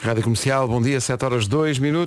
Rádio Comercial, bom dia, 7h02.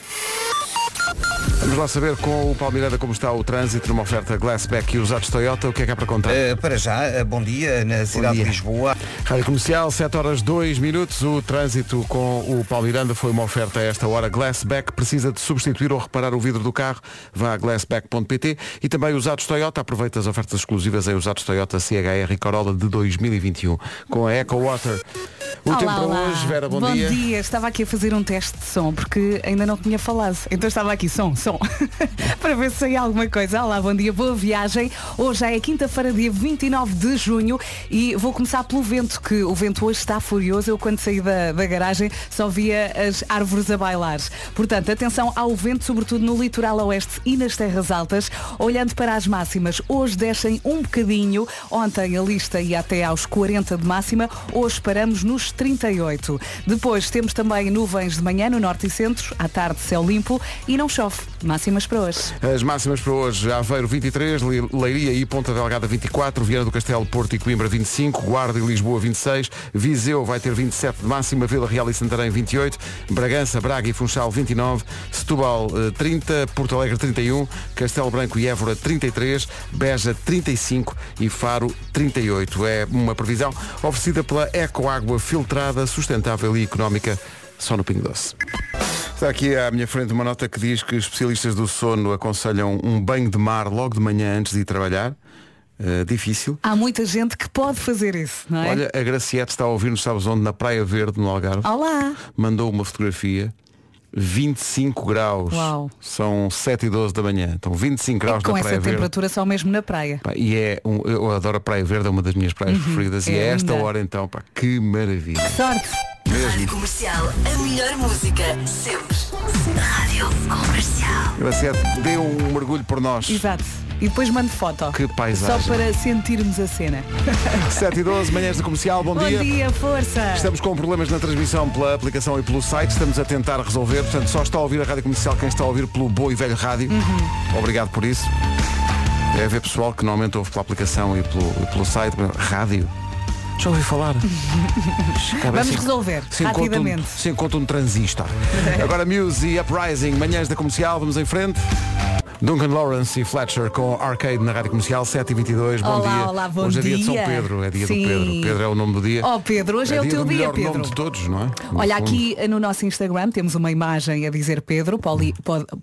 Vamos lá saber com o Paulo Miranda como está o trânsito numa oferta Glassback e usados Toyota. O que é que há para contar? Para já, bom dia na cidade de Lisboa. Rádio Comercial, 7h02. O trânsito com o Paulo Miranda foi uma oferta a esta hora. Glassback precisa de substituir ou reparar o vidro do carro. Vá a glassback.pt e também usados Toyota. Aproveita as ofertas exclusivas em usados Toyota CHR e Corolla de 2021. Com a EcoWater. O tempo para hoje, Vera, bom dia. Bom dia, estava aqui a fazer um teste de som porque ainda não tinha falado. Então estava aqui, som, para ver se saía alguma coisa. Olá, bom dia, boa viagem. Hoje é quinta-feira, dia 29 de junho e vou começar pelo vento, que o vento hoje está furioso. Eu quando saí da garagem só via as árvores a bailar. Portanto, atenção ao vento, sobretudo no litoral oeste e nas terras altas. Olhando para as máximas, hoje descem um bocadinho. Ontem a lista ia até aos 40 de máxima. Hoje paramos nos 38. Depois temos também nuvens de manhã no norte e centro. À tarde céu limpo e não chove. Máximas para hoje. As máximas para hoje: Aveiro 23, Leiria e Ponta Delgada 24, Viana do Castelo, Porto e Coimbra 25, Guarda e Lisboa 26, Viseu vai ter 27 de máxima, Vila Real e Santarém 28, Bragança, Braga e Funchal 29, Setúbal 30, Porto Alegre 31, Castelo Branco e Évora 33, Beja 35 e Faro 38. É uma previsão oferecida pela Ecoágua filtrada, sustentável e económica, só no Pingo Doce. Está aqui à minha frente uma nota que diz que especialistas do sono aconselham um banho de mar logo de manhã antes de ir trabalhar. Difícil. Há muita gente que pode fazer isso, não é? Olha, a Graciete está a ouvir-nos, sabes onde? Na Praia Verde, no Algarve. Olá! Mandou uma fotografia. 25 graus. Uau. São 7h12 da manhã. Então 25 graus com na Praia essa Verde. temperatura só mesmo na praia. Pá, e eu adoro a Praia Verde, é uma das minhas praias preferidas. E a esta hora então, pá, que maravilha. Sorte! Rádio Comercial, a melhor música sempre. Rádio Comercial. Graciete, dê um mergulho por nós. Exato. E depois mando foto. Que paisagem. Só para sentirmos a cena. 7h12, manhãs da Comercial, bom dia. Bom dia, força. Estamos com problemas na transmissão pela aplicação e pelo site. Estamos a tentar resolver. Portanto, só está a ouvir a Rádio Comercial quem está a ouvir pelo Boa e Velho Rádio. Obrigado por isso. Deve haver pessoal que normalmente ouve pela aplicação e pelo site. Rádio. Já ouvi falar. Vamos resolver rapidamente. Se encontra um transistor. Agora Muse e Uprising, manhãs da Comercial, vamos em frente. Duncan Lawrence e Fletcher com Arcade na Rádio Comercial, 7h22, bom dia. Olá, bom hoje é dia de São dia. Pedro, é dia Sim. do Pedro. Pedro é o nome do dia. Oh Pedro, hoje é o teu dia, melhor Pedro. nome de todos, não é? No Olha, fundo. aqui no nosso Instagram temos uma imagem a dizer Pedro, Pode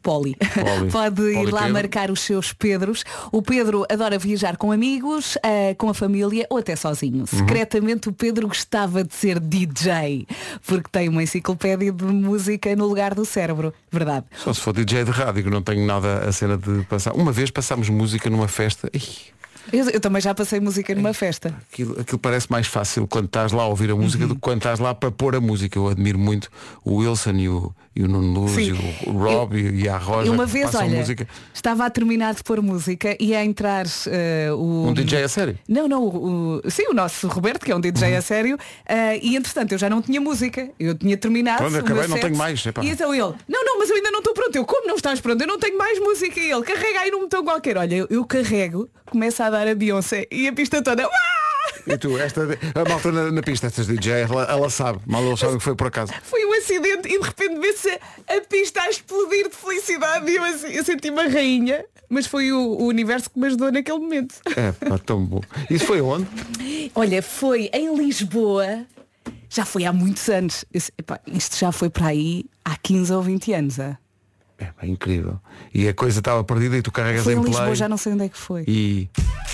ir lá Pedro. marcar os seus Pedros. O Pedro adora viajar com amigos, com a família ou até sozinho. Secretamente o Pedro gostava de ser DJ, porque tem uma enciclopédia de música no lugar do cérebro. Verdade. Só se for DJ de rádio, que não tenho nada a cena de passar. Uma vez passámos música numa festa. Eu também já passei música numa festa. Aquilo parece mais fácil quando estás lá a ouvir a música do que quando estás lá para pôr a música. Eu admiro muito o Wilson e o Nuno Luz e o Rob e a Roja. E uma vez, passam olha, música. estava a terminar de pôr música e a entrar Um DJ a sério? Não, sim, o nosso Roberto, que é um DJ a sério, e entretanto eu já não tinha música. Eu tinha terminado. Pronto, o acabei, meu não set. tenho mais. Epá. E então ele, não, mas eu ainda não estou pronto. Eu, como não estás pronto? Eu não tenho mais música. E ele, carrega aí num botão qualquer. Olha, eu carrego, começa a dar a Beyoncé e a pista toda. Uá! E tu, a malta na pista, estas DJ, ela sabe, mal eles sabem que foi por acaso. Foi um acidente e de repente vê-se a pista a explodir de felicidade e eu senti uma rainha, mas foi o universo que me ajudou naquele momento. É, pá, tão bom. Isso foi onde? Olha, foi em Lisboa, já foi há muitos anos. Isto já foi para aí há 15 ou 20 anos. É incrível. E a coisa estava perdida e tu carregas Foi em em play. Lisboa, já não sei onde é que foi. E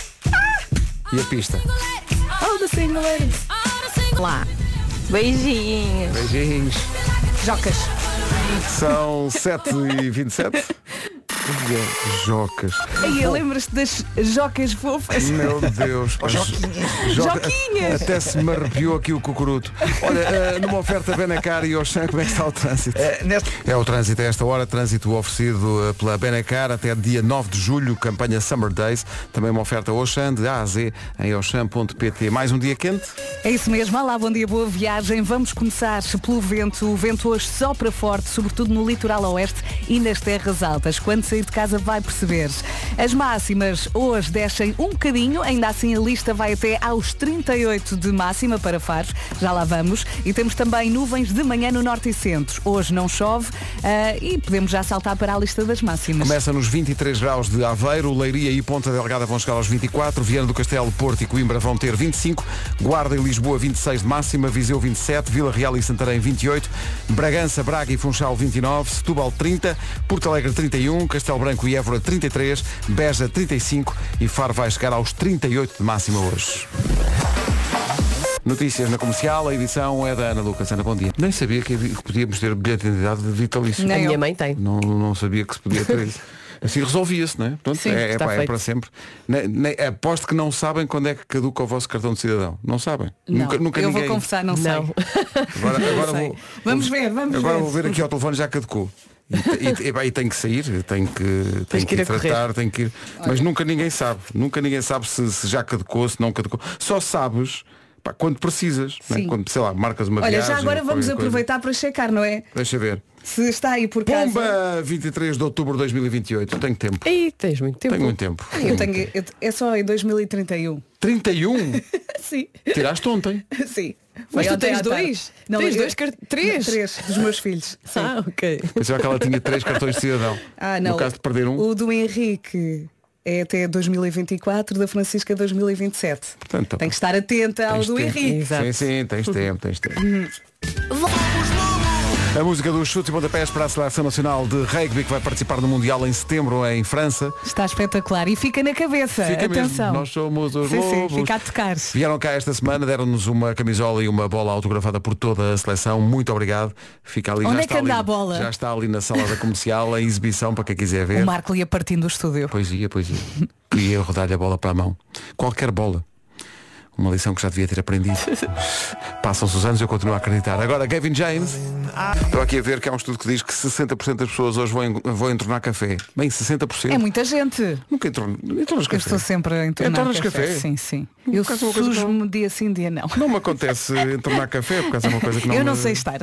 a pista? Oh, the single ladies. Lá. Beijinhos. Beijinhos. Jocas. São 7h27. Jocas. Aí, lembras-te das jocas fofas? Meu Deus. Pá, Joquinhas. Até se me arrepiou aqui o cucuruto. Olha, numa oferta Benacar e Auchan, como é que está o trânsito? É o trânsito a esta hora, trânsito oferecido pela Benacar até dia 9 de julho, campanha Summer Days. Também uma oferta Auchan de A a Z em auchan.pt. Mais um dia quente? É isso mesmo. Olá, bom dia, boa viagem. Vamos começar pelo vento. O vento hoje sopra forte, sobretudo no litoral oeste e nas terras altas. Quando sair de casa vai perceber. As máximas hoje descem um bocadinho, ainda assim a lista vai até aos 38 de máxima para Faro, já lá vamos. E temos também nuvens de manhã no norte e centro. Hoje não chove e podemos já saltar para a lista das máximas. Começa nos 23 graus de Aveiro, Leiria e Ponta Delgada vão chegar aos 24, Viana do Castelo, Porto e Coimbra vão ter 25, Guarda e Lisboa 26 de máxima, Viseu 27, Vila Real e Santarém 28, Bragança, Braga e Funchal 29, Setúbal 30, Porto Alegre 31, Castelo Branco e Évora 33, Beja 35 e Faro vai chegar aos 38 de máxima hoje. Notícias na Comercial, a edição é da Ana Lucas. Ana, bom dia. Nem sabia que podíamos ter bilhete de identidade de vitalício. A minha mãe tem. Não sabia que se podia ter isso. Assim resolvia-se, não é? Portanto, sim, é para sempre. Aposto que não sabem quando é que caduca o vosso cartão de cidadão. Não sabem. Não. Nunca eu ninguém... vou confessar, não sei. Agora não sei. Vamos ver. Agora vou ver aqui ao telefone, já caducou. E tem que sair, tem que ir tratar, tem que ir. Mas nunca ninguém sabe se já caducou, se não caducou. Só sabes quando precisas, né? Quando, sei lá, marcas uma viagem. Olha, já agora vamos aproveitar para checar, não é? Deixa ver. Se está aí por casa. Pomba, 23 de outubro de 2028. Tenho tempo. Ei, tens muito tempo. Tenho muito tempo. É só em 2031. 31? Sim. Tiraste ontem. Sim. Mas tu tens dois? Não, tens dois três? Três dos meus filhos. Sim. Ok. Pensava que ela tinha 3 cartões de cidadão. Não. No caso de perder um. O do Henrique é até 2024, da Francisca 2027. Portanto, tem que estar atenta ao do Henrique. Exato. Sim, tens tempo. A música dos chutes e pontapés para a Seleção Nacional de Rugby que vai participar no Mundial em setembro em França. Está espetacular e fica na cabeça. Fica Atenção. Mesmo. Nós somos os sim, lobos. Sim, fica a tocar. Vieram cá esta semana, deram-nos uma camisola e uma bola autografada por toda a seleção. Muito obrigado. Fica ali. Onde já é que está anda ali, a bola? Já está ali na sala da comercial, em exibição para quem quiser ver. O Marco ia partindo do estúdio. Pois ia. Queria rodar-lhe a bola para a mão. Qualquer bola. Uma lição que já devia ter aprendido. Passam-se os anos e eu continuo a acreditar. Agora, Gavin James. Estou aqui a ver que há um estudo que diz que 60% das pessoas hoje vão entornar café. Bem, 60%. É muita gente. Nunca entornas café. Eu estou sempre a entornar café. Sim. Eu sujo-me dia sim, dia não. Não me acontece entornar café, por causa é uma coisa que não Eu não sei estar.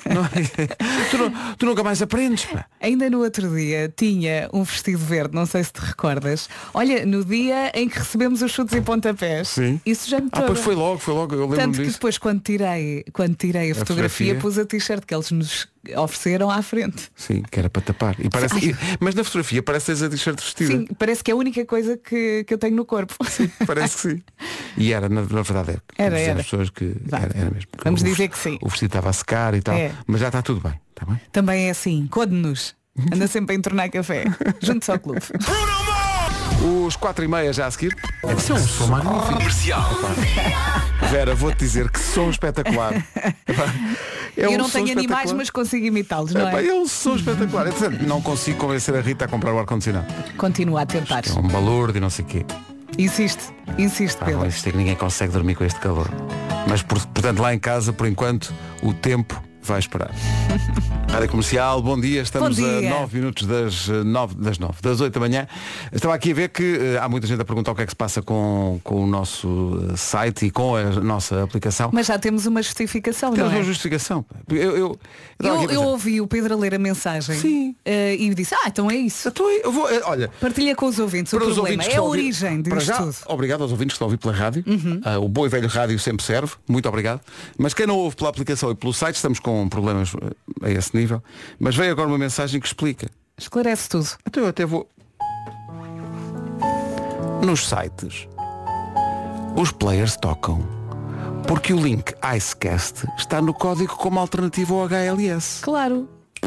Tu nunca mais aprendes, pá. Ainda no outro dia tinha um vestido verde, não sei se te recordas. Olha, no dia em que recebemos os chutes e pontapés. Sim. Isso já me pois foi logo, eu lembro Tanto disso. que depois quando tirei a fotografia pus a t-shirt que eles nos ofereceram à frente. Sim, que era para tapar. Mas na fotografia parece que tens a t-shirt vestida. Sim, parece que é a única coisa que eu tenho no corpo. Sim, parece que sim. E era, na verdade, era. As pessoas que era mesmo. Vamos dizer que sim. O vestido estava a secar e tal. Mas já está tudo bem, está bem? Também é assim, code-nos. Anda sempre a entornar café. Juntos ao clube. Os 4h30 já a seguir. Isso é um som magnífico. Comercial. Vera, vou-te dizer que som espetacular. Eu não tenho animais, mas consigo imitá-los, não é? É um som espetacular. Não consigo convencer a Rita a comprar o ar-condicionado. Continua a tentar. É um balúrdio e não sei o quê. Insiste, Pedro. Isto é que ninguém consegue dormir com este calor. Mas, portanto, lá em casa, por enquanto, o tempo vai esperar. Rádio Comercial, bom dia. Estamos bom dia. a 9 minutos das 8 da manhã. Estava aqui a ver que há muita gente a perguntar o que é que se passa com o nosso site e com a nossa aplicação. Mas já temos uma justificação, Temos não é? uma justificação. Eu ouvi o Pedro a ler a mensagem. Sim. E disse, então é isso. Então, olha, partilha com os ouvintes o problema. É a origem disto tudo. Obrigado aos ouvintes que estão a ouvir pela rádio. O bom e velho rádio sempre serve. Muito obrigado. Mas quem não ouve pela aplicação e pelo site, estamos com problemas a esse nível. Mas veio agora uma mensagem que explica. Esclarece tudo. Então eu até vou... Nos sites, os players tocam porque o link Icecast está no código como alternativa ao HLS. Claro.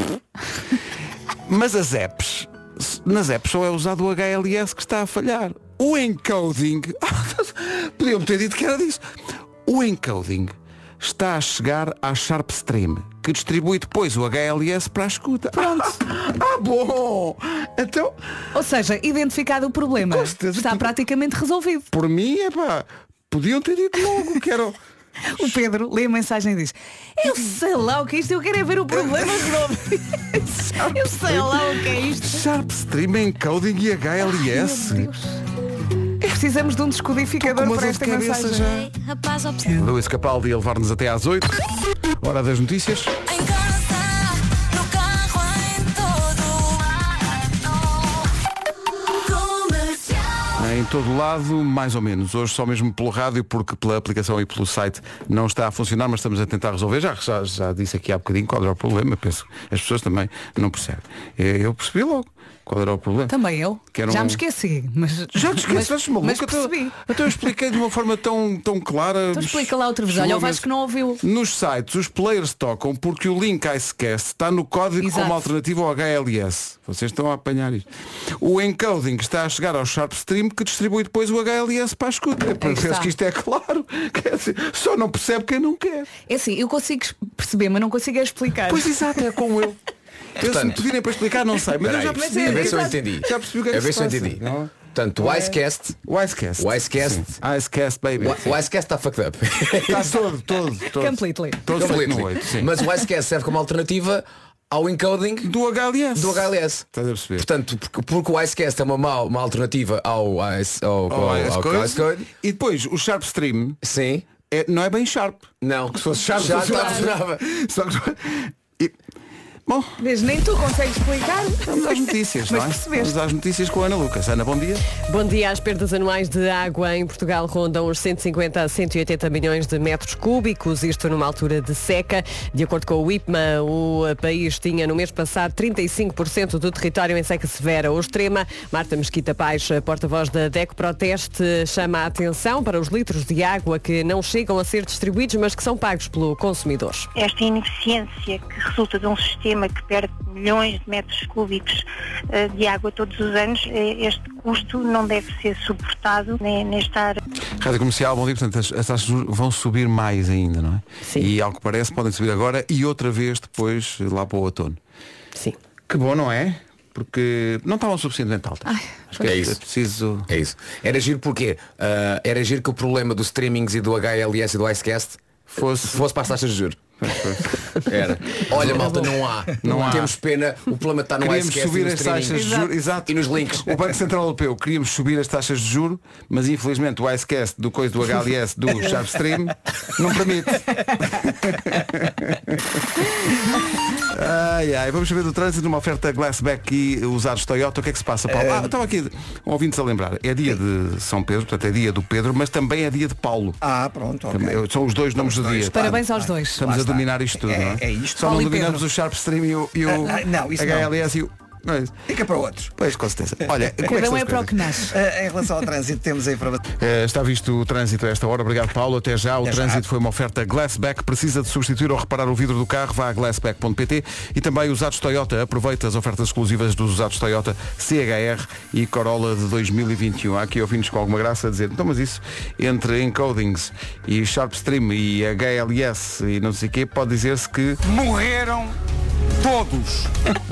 Mas nas apps só é usado o HLS que está a falhar. O encoding... Podiam ter dito que era disso. O encoding está a chegar à SharpStream, que distribui depois o HLS para a escuta. Pronto. Bom. Então... Ou seja, identificado o problema. Está praticamente resolvido. Por mim, podiam ter dito logo que era... O Pedro lê a mensagem e diz: eu sei lá o que é isto, eu quero é ver o problema resolvido. Eu sei lá o que é isto. SharpStream, encoding e HLS. Meu Deus. Precisamos de um descodificador para esta mensagem. Luís Capaldi a levar-nos até às 8. Hora das notícias. Em todo lado, mais ou menos. Hoje só mesmo pelo rádio, porque pela aplicação e pelo site não está a funcionar, mas estamos a tentar resolver. Já disse aqui há bocadinho qual era o problema. Penso que as pessoas também não percebem. Eu percebi logo qual era o problema. Também eu. Já me esqueci. Mas, já te esqueceste, maluco? Mas percebi. Então eu expliquei de uma forma tão clara. Então explica lá outra vez. Olha, o Vasco não ouviu. Nos sites, os players tocam porque o link Icecast está no código como alternativa ao HLS. Vocês estão a apanhar isto. O encoding está a chegar ao Sharpstream, que distribui depois o HLS para a escuta. Eu penso que isto é claro. Quer dizer, só não percebe quem não quer. É assim, eu consigo perceber, mas não consigo explicar. Pois exato, é como eu. Portanto, se me pedirem para explicar, não sei. Mas eu já percebi. A ver se eu entendi. Já percebi o que é que se passa. Portanto, o Icecast. O Icecast, baby. O Icecast está fucked up. Está todo. Completely. Todo feito no 8, sim. Mas o Icecast serve como alternativa ao encoding do HLS. Estás a perceber? Portanto, porque o Icecast é uma alternativa ao Icecode. E depois o Sharpstream. Sim. Não é bem Sharp. Não. Que se fosse Sharp, já funcionava. Bom, mas nem tu consegues explicar. Vamos às notícias, não é? Vamos às notícias com a Ana Lucas. Ana, bom dia. Bom dia. As perdas anuais de água em Portugal rondam os 150 a 180 milhões de metros cúbicos, isto numa altura de seca. De acordo com o IPMA, o país tinha no mês passado 35% do território em seca severa ou extrema. Marta Mesquita Paes, porta-voz da DECO Proteste, chama a atenção para os litros de água que não chegam a ser distribuídos, mas que são pagos pelo consumidor. Esta ineficiência que resulta de um sistema que perde milhões de metros cúbicos de água todos os anos, este custo não deve ser suportado nem estar... Rádio Comercial, bom dia. Portanto, as taxas vão subir mais ainda, não é? Sim. E ao que parece podem subir agora e outra vez depois lá para o outono. Sim. Que bom, não é? Porque não estavam suficientemente altas. Acho que é isso. É preciso... É isso. Era giro porque era giro que o problema dos streamings e do HLS e do Icecast fosse para as taxas de juros. Era. Olha, malta, não há. Temos pena, o problema está no Queríamos Icecast subir as taxas de juros, exato. E nos links. O Banco Central Europeu queríamos subir as taxas de juros, mas infelizmente o Icecast do coisa do HLS do Sharpstream não permite. Vamos saber do trânsito numa oferta Glassback e usados Toyota. O que é que se passa, Paulo? Estava aqui ouvintes a lembrar. É dia de São Pedro, portanto é dia do Pedro, mas também é dia de Paulo. Pronto. São os dois nomes do dia. Parabéns aos dois. Estamos a dominar isto tudo, não é? É isto. Só não dominamos o Sharpstream e o HLS e o... Fica para outros. Pois, com certeza. Olha, cada um é para o que nasce. Em relação ao trânsito, temos a informação. Está visto o trânsito a esta hora. Obrigado, Paulo. Até já. O trânsito foi uma oferta Glassback. Precisa de substituir ou reparar o vidro do carro? Vá a glassback.pt. E também usados Toyota. Aproveita as ofertas exclusivas dos usados Toyota CHR e Corolla de 2021. Há aqui ouvintes com alguma graça a dizer, então, mas isso entre encodings e Sharpstream e HLS e não sei o quê, pode dizer-se que morreram todos.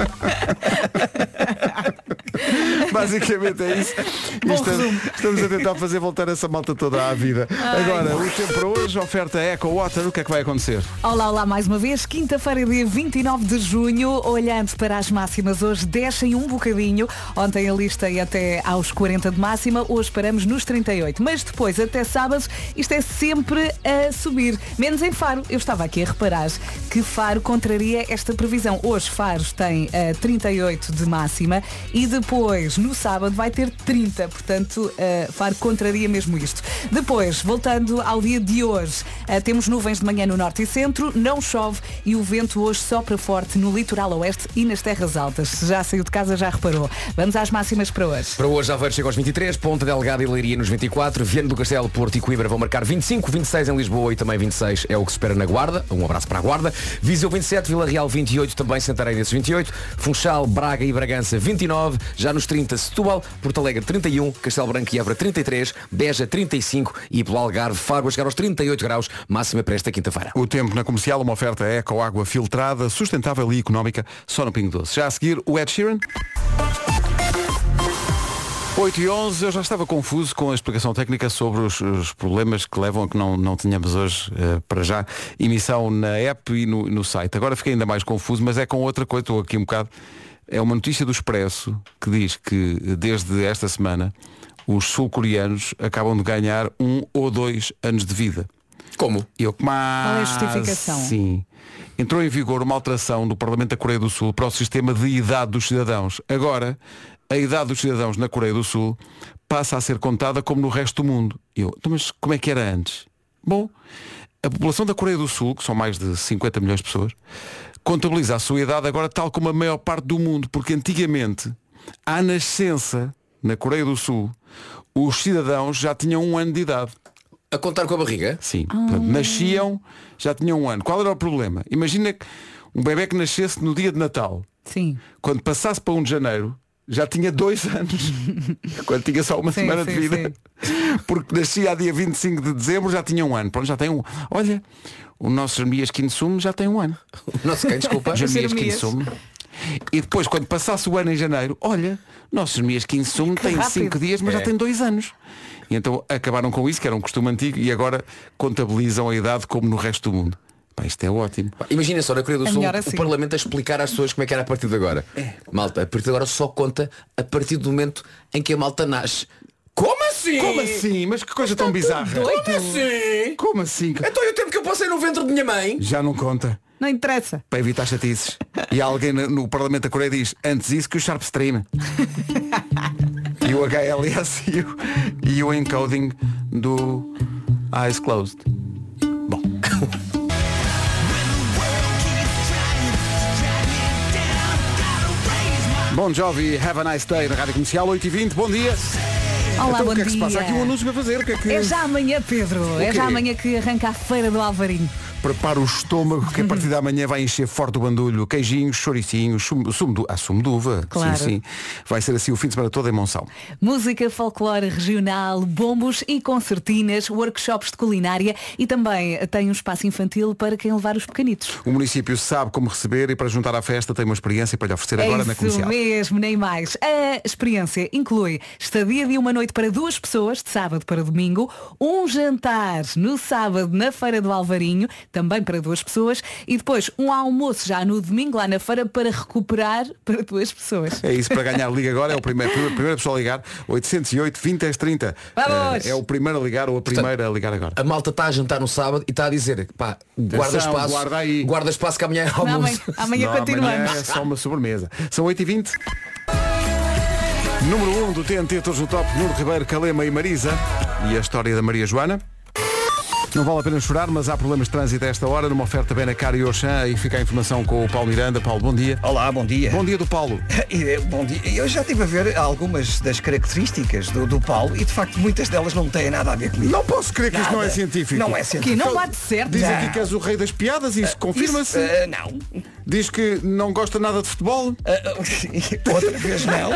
Basicamente é isso. Estamos a tentar fazer voltar essa malta toda à vida. Agora, o tempo para hoje, oferta Eco Water, o que é que vai acontecer? Olá, mais uma vez, quinta-feira, dia 29 de junho, olhando para as máximas, hoje descem um bocadinho. Ontem a lista ia até aos 40 de máxima, hoje paramos nos 38. Mas depois, até sábado, isto é sempre a subir. Menos em Faro. Eu estava aqui a reparar que Faro contraria esta previsão. Hoje Faro tem 38 de máxima e depois no sábado vai ter 30, portanto Faro contraria mesmo isto. Depois, voltando ao dia de hoje, temos nuvens de manhã no norte e centro, não chove e o vento hoje sopra forte no litoral oeste e nas terras altas. Se já saiu de casa já reparou. Vamos às máximas para hoje. Para hoje Aveiro chega aos 23, Ponta Delgada e Leiria nos 24, Viana do Castelo, Porto e Coimbra vão marcar 25, 26 em Lisboa e também 26 é o que se espera na Guarda. Um abraço para a Guarda. Viseu 27, Vila Real 28, também Santarém nesses 28, Funchal, Braga e Bragança 29, já nos 30 Setúbal, Porto Alegre 31, Castelo Branco e Évora 33, Beja 35 e pelo Algarve Faro a chegar aos 38 graus, máxima para esta quinta-feira. O tempo na Comercial, uma oferta Eco Água filtrada, sustentável e económica, só no Pingo Doce. Já a seguir, o Ed Sheeran. 8h11, eu já estava confuso com a explicação técnica sobre os problemas que levam a que não tenhamos hoje, para já, emissão na app e no site. Agora fiquei ainda mais confuso, mas é com outra coisa, estou aqui um bocado. É uma notícia do Expresso que diz que desde esta semana os sul-coreanos acabam de ganhar 1 ou 2 anos de vida. Como? Qual é a justificação? Sim. Entrou em vigor uma alteração do Parlamento da Coreia do Sul para o sistema de idade dos cidadãos. Agora, a idade dos cidadãos na Coreia do Sul passa a ser contada como no resto do mundo. Eu, então, mas como é que era antes? Bom, a população da Coreia do Sul, que são mais de 50 milhões de pessoas, contabiliza a sua idade agora tal como a maior parte do mundo, porque antigamente, à nascença, na Coreia do Sul, os cidadãos já tinham 1 ano de idade. A contar com a barriga? Sim. Portanto, nasciam, já tinham 1 ano. Qual era o problema? Imagina que um bebê que nascesse no dia de Natal. Sim. Quando passasse para 1 de janeiro, já tinha 2 anos. Quando tinha só uma semana de vida. Porque nascia a dia 25 de dezembro, já tinha 1 ano. Pronto, já tem um. Olha, o nosso Jeremias Kim Sum já tem 1 ano. O nosso quem, desculpa? Jeremias Kim Sum. E depois, quando passasse o ano em janeiro, olha, nosso Jeremias Kim Sum tem rápido. 5 dias, mas já tem 2 anos. E então acabaram com isso, que era um costume antigo, e agora contabilizam a idade como no resto do mundo. Pá, isto é ótimo. Imagina só, na Coreia do Sul, melhor assim. o Parlamento a explicar às pessoas como é que era a partir de agora. Malta, a partir de agora só conta a partir do momento em que a malta nasce. Como assim? Como assim? Mas que coisa tão bizarra. Como assim? Como assim? Então e o tempo que eu passei no ventre de minha mãe? Já não conta. Não interessa. Para evitar chatices. E alguém no Parlamento da Coreia diz, antes isso que o Sharp Stream. E o HLS e o encoding do Eyes Closed. Bom. Bon Jovi, Have a Nice Day na Rádio Comercial 8h20, bom dia. Olá, Então bom o que é que se dia. passa? Há aqui um anúncio para fazer. O que é que... É já amanhã, Pedro. É quê? já amanhã que arranca a Feira do Alvarinho. Prepara o estômago que a partir da manhã vai encher forte o bandulho, queijinhos, chouricinhos, sumo de uva. Claro. Sim, sim. Vai ser assim o fim de semana todo em Monção. Música, folclore regional, bombos e concertinas, workshops de culinária e também tem um espaço infantil para quem levar os pequenitos. O município sabe como receber e para juntar à festa tem uma experiência para lhe oferecer agora na Isso Comercial. mesmo, nem mais. A experiência inclui estadia de 1 noite para 2 pessoas, de sábado para domingo, um jantar no sábado na Feira do Alvarinho, também para 2 pessoas, e depois um almoço já no domingo lá na feira para recuperar para 2 pessoas. É isso, para ganhar liga agora, é o primeira pessoa a ligar, 808 20 10 30. Vamos! É o primeiro a ligar ou a primeira a ligar agora. A malta está a jantar no sábado e está a dizer, pá, guarda Atenção, espaço, guarda aí. guarda espaço que amanhã é Não, almoço. amanhã Não, continuamos. amanhã é só uma sobremesa. São 8h20. Número 1 do TNT, todos no top, Nuno Ribeiro, Calema e Marisa. E a história da Maria Joana. Não vale a pena chorar, mas há problemas de trânsito a esta hora, numa oferta Benacar e Auchan. E fica a informação com o Paulo Miranda. Paulo, bom dia. Olá, bom dia. Bom dia do Paulo. Bom dia. Eu já estive a ver algumas das características do Paulo e de facto muitas delas não têm nada a ver comigo. Não posso crer que isto não é Nada. científico. Não é Que científico. não bate certo. Diz Não. aqui que és o rei das piadas e isso confirma-se. Isso, não. Diz que não gosta nada de futebol. Outra vez não.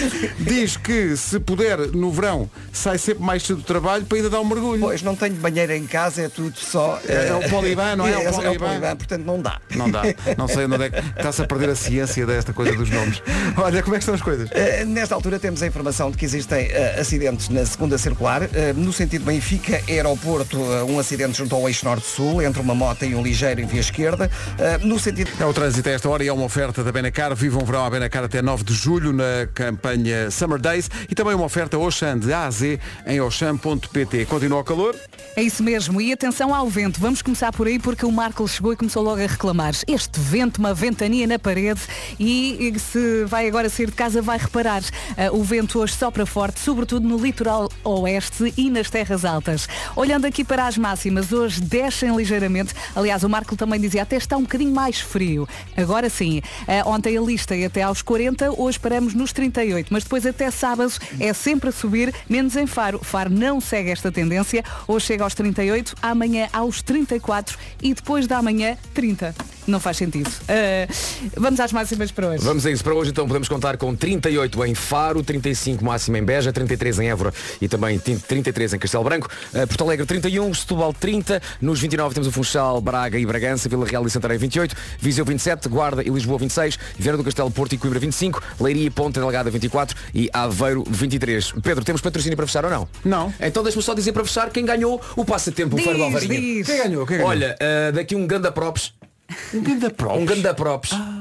Diz que se puder no verão sai sempre mais cedo do trabalho para ir dar um mergulho. Pois não tenho banheiro em casa, é tudo só. É o Poliban, não é? É O o Poliban. Poliban, portanto não dá. Não dá. Não sei onde é que está-se a perder a ciência desta coisa dos nomes. Olha, como é que estão as coisas? Nesta altura temos a informação de que existem acidentes na segunda circular. No sentido Benfica, aeroporto, um acidente junto ao eixo norte-sul, entre uma moto e um ligeiro em via esquerda. No sentido... É o trânsito a esta hora e é uma oferta da Benacar. Vivam um verão à Benacar até 9 de julho na campanha Summer Days e também uma oferta Auchan de A a Z em auchan.pt. Continua o calor? É isso mesmo. E atenção ao vento. Vamos começar por aí porque o Marco chegou e começou logo a reclamar. Este vento, uma ventania na parede e se vai agora sair de casa vai reparar. O vento hoje sopra forte, sobretudo no litoral oeste e nas terras altas. Olhando aqui para as máximas, hoje descem ligeiramente. Aliás, o Marco também dizia até está um bocadinho mais frio. Agora sim. Ontem a lista é até aos 40, hoje paramos nos 38. Mas depois até sábado é sempre a subir, menos em Faro. Faro não segue esta tendência. Hoje chega aos 38, amanhã aos 34 e depois da manhã 30. Não faz sentido. Vamos às máximas para hoje. Vamos a isso. Para hoje então podemos contar com 38 em Faro, 35 máxima em Beja, 33 em Évora e também 33 em Castelo Branco, Porto Alegre 31, Setúbal 30, nos 29 temos o Funchal, Braga e Bragança, Vila Real e Santarém 28, Viseu 27, Guarda e Lisboa 26, Viana do Castelo, Porto e Coimbra 25, Leiria e Ponta Delgada 24 e Aveiro 23. Pedro, temos patrocínio para fechar ou não? Não. Então deixa-me só dizer para fechar quem ganhou o passatempo, o Feira do Alvarinho. Diz. Quem ganhou? Olha, daqui um ganda props. Um grande props. Um ganda props.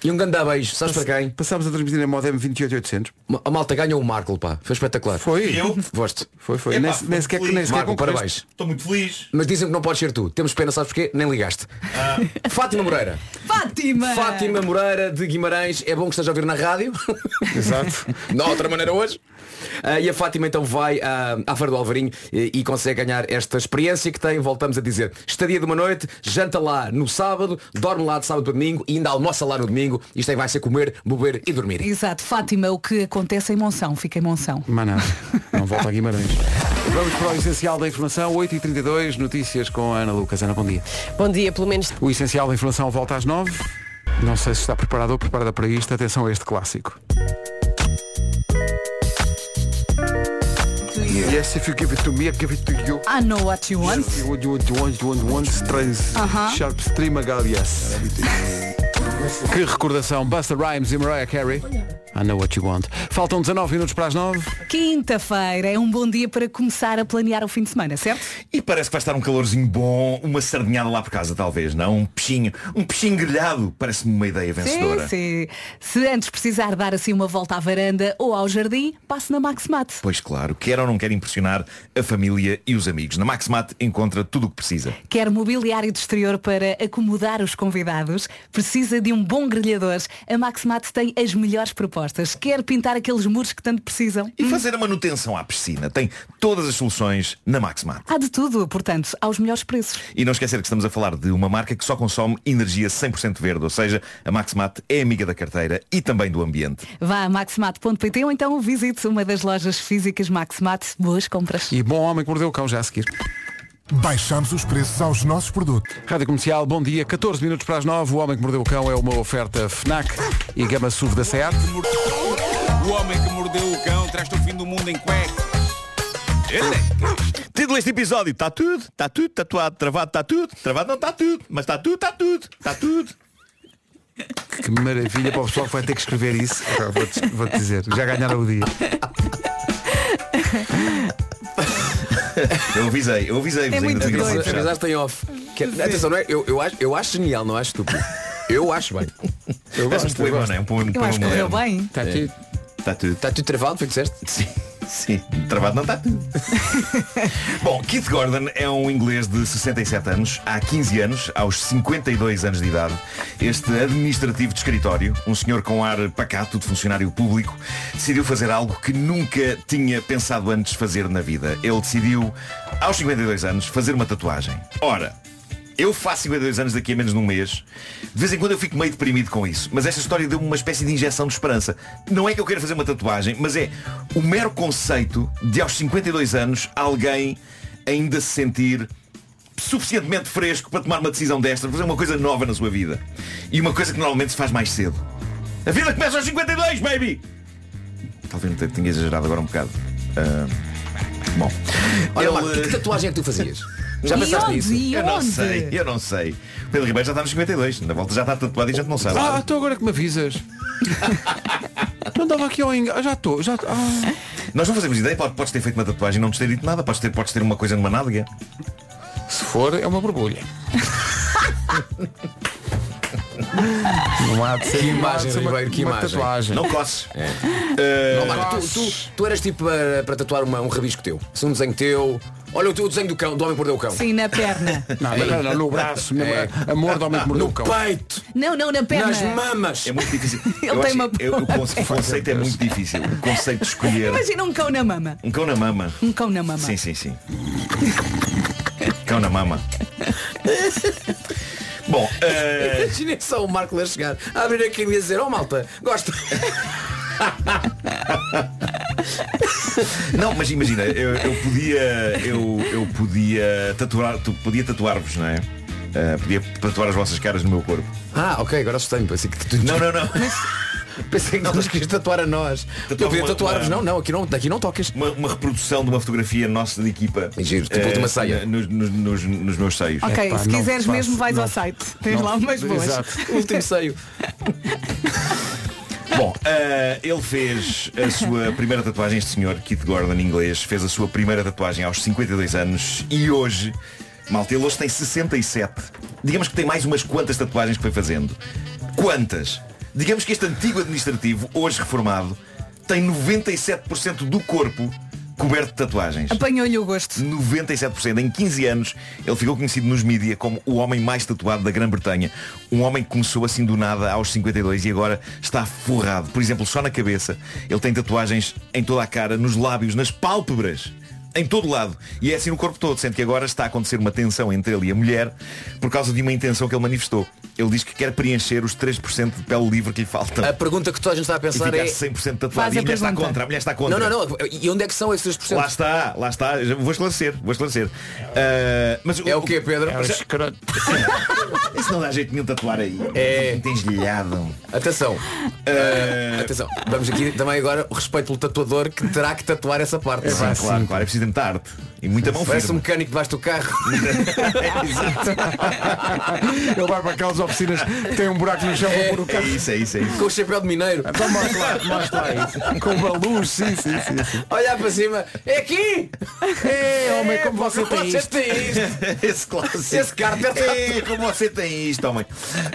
E um grande beijo, sabes para quem? Passámos a transmitir na Modem 28800. A malta ganhou o Marco, pá. Foi espetacular. Foi? Eu? Foste. Foi. Epá, Nem sequer Marco, concorreste. parabéns. Estou muito feliz. Mas dizem que não podes ser tu. Temos pena, sabes porquê? Nem ligaste. Fátima Moreira. Fátima Moreira de Guimarães. É bom que esteja a ouvir na rádio. Exato. De outra maneira hoje. E a Fátima então vai à Feira do Alvarinho e consegue ganhar esta experiência que tem, voltamos a dizer, estadia de uma noite, janta lá no sábado, dorme lá de sábado para domingo e ainda almoça lá no domingo. Isto aí vai ser comer, beber e dormir. Exato, Fátima, o que acontece em Monção, fica em Monção. Mas não volta a Guimarães. Vamos para o essencial da informação, 8h32, notícias com a Ana Lucas. Ana, bom dia. Bom dia, pelo menos. O essencial da informação volta às 9. Não sei se está preparado ou preparada para isto. Atenção a este clássico. Yes, if you give it to me, I give it to you. I know what you want. You want strains. Sharp stream agal, yes. Que recordação, Busta Rhymes e Mariah Carey. I know what you want. Faltam 19 minutos para as 9. Quinta-feira é um bom dia para começar a planear o fim de semana, certo? E parece que vai estar um calorzinho bom, uma sardinhada lá por casa talvez, não? Um peixinho grelhado, parece-me uma ideia vencedora. Sim. Se antes precisar dar assim uma volta à varanda ou ao jardim, passe na Maxmat. Pois claro, quer ou não quer impressionar a família e os amigos. Na Maxmat encontra tudo o que precisa. Quer mobiliário de exterior para acomodar os convidados? Precisa de um bom grelhador? A Maxmat tem as melhores propostas. Quer pintar aqueles muros que tanto precisam? E fazer a manutenção à piscina. Tem todas as soluções na Maxmat. Há de tudo, portanto, aos melhores preços. E não esquecer que estamos a falar de uma marca que só consome energia 100% verde, ou seja, a Maxmat é amiga da carteira e também do ambiente. Vá a maxmat.pt ou então visite uma das lojas físicas Maxmat. Boas compras. E bom homem que mordeu o cão já a seguir. Baixamos os preços aos nossos produtos. Rádio Comercial, bom dia, 14 minutos para as 9. O Homem que Mordeu o Cão é uma oferta FNAC e Gama SUV da SEAT. O homem que mordeu o cão traz-te o fim do mundo em cueca. Título deste episódio: está tudo tatuado, travado, está tudo, travado não está tudo, mas está tudo. Que maravilha para o pessoal que vai ter que escrever isso. Vou-te dizer, já ganharam o dia. Eu avisei-vos É muito ainda. doido. Avisaste em off. Atenção, não é? Eu acho genial, não acho estúpido. Eu acho bem. Eu Parece um gosto. poema, não é? Um poema Eu acho que correu moderno. bem. Está tudo. Está tudo. Está tudo travado, foi o que disseste? Sim, travado não está tudo. Bom, Keith Gordon é um inglês de 67 anos. Há 15 anos, aos 52 anos de idade, este administrativo de escritório, um senhor com ar pacato de funcionário público, decidiu fazer algo que nunca tinha pensado antes fazer na vida. Ele decidiu, aos 52 anos, fazer uma tatuagem. Ora, eu faço 52 anos daqui a menos de um mês. De vez em quando eu fico meio deprimido com isso. Mas esta história deu-me uma espécie de injeção de esperança. Não é que eu queira fazer uma tatuagem, mas é o mero conceito de aos 52 anos alguém ainda se sentir suficientemente fresco para tomar uma decisão desta, fazer uma coisa nova na sua vida. E uma coisa que normalmente se faz mais cedo. A vida começa aos 52, baby! Talvez não tenha exagerado agora um bocado. Bom, Olha, Marco, que tatuagem é que tu fazias? Já E pensaste onde? nisso? E Eu não onde? sei. O Pedro Ribeiro já está nos 52. Na volta já está tatuado e a gente não sabe. Então agora que me avisas. Não andava aqui ao engano. Já estou. Nós não fazemos ideia. Podes ter feito uma tatuagem e não nos ter dito nada. Podes ter uma coisa numa nádega. Se for, é uma borbulha. Não há de ser. Que imagem, não há de ser Ribeiro, que uma imagem. tatuagem. Não coces. Não, Marco, tu eras tipo para tatuar um rabisco teu. Se um desenho teu. Olha o desenho do cão, do homem que mordeu o cão. Sim, na perna. Não, no braço. Amor do homem que mordeu o cão. Peito. Não, na perna. Nas mamas. É muito difícil. Ele tem uma O conceito é muito difícil. O conceito de escolher. Imagina um cão na mama. Um cão na mama. Um cão na mama. Sim. Cão na mama. Bom, Imaginem só o Marco lá chegar a abrir aquilo e a dizer: oh malta, gosto. não, mas imagina, eu podia tatuar-vos, não é? Podia tatuar as vossas caras no meu corpo. Ok, agora assustei-me. Pensei que tu... Não. Pensei que não nos querias tatuar a nós. Eu podia tatuar-vos. Não, aqui não toques. Uma reprodução de uma fotografia nossa de equipa. Giro, tipo de uma ceia. Nos meus seios. Ok, Epá, se não quiseres faço, mesmo vais não. ao site. Tens lá umas boas. Exato. O último seio. Bom, ele fez a sua primeira tatuagem, este senhor, Keith Gordon, inglês, fez a sua primeira tatuagem aos 52 anos e hoje, malta, ele hoje tem 67. Digamos que tem mais umas quantas tatuagens que foi fazendo. Quantas? Digamos que este antigo administrativo, hoje reformado, tem 97% do corpo coberto de tatuagens. Apanhou-lhe o gosto. 97%. Em 15 anos, ele ficou conhecido nos mídias como o homem mais tatuado da Grã-Bretanha. Um homem que começou assim do nada aos 52 e agora está forrado. Por exemplo, só na cabeça, ele tem tatuagens em toda a cara, nos lábios, nas pálpebras. Em todo lado. E é assim no corpo todo, sendo que agora está a acontecer uma tensão entre ele e a mulher por causa de uma intenção que ele manifestou. Ele diz que quer preencher os 3% de pele livre que lhe faltam. A pergunta que toda a gente está a pensar e ficar 100% tatuado. E a mulher está contra. A mulher está contra. Não. E onde é que são esses 3%? Lá está. Vou esclarecer. Mas é o quê, Pedro? Isso não dá jeito nenhum tatuar aí. É. Entengelhado. Atenção. Atenção. Vamos aqui também agora o respeito pelo tatuador que terá que tatuar essa parte. Claro. É preciso muita arte. E muita mão Parece firme. um mecânico debaixo do carro. Exato. Ele vai para aquelas oficinas que tem um buraco no chão para pôr o carro. É isso. Com o chapéu de mineiro. Então mostra lá isso. Com uma luz, sim. Olhar para cima. É aqui! Homem, como você tem isto. Esse clássico. Esse cárter. Como você tem isto, homem.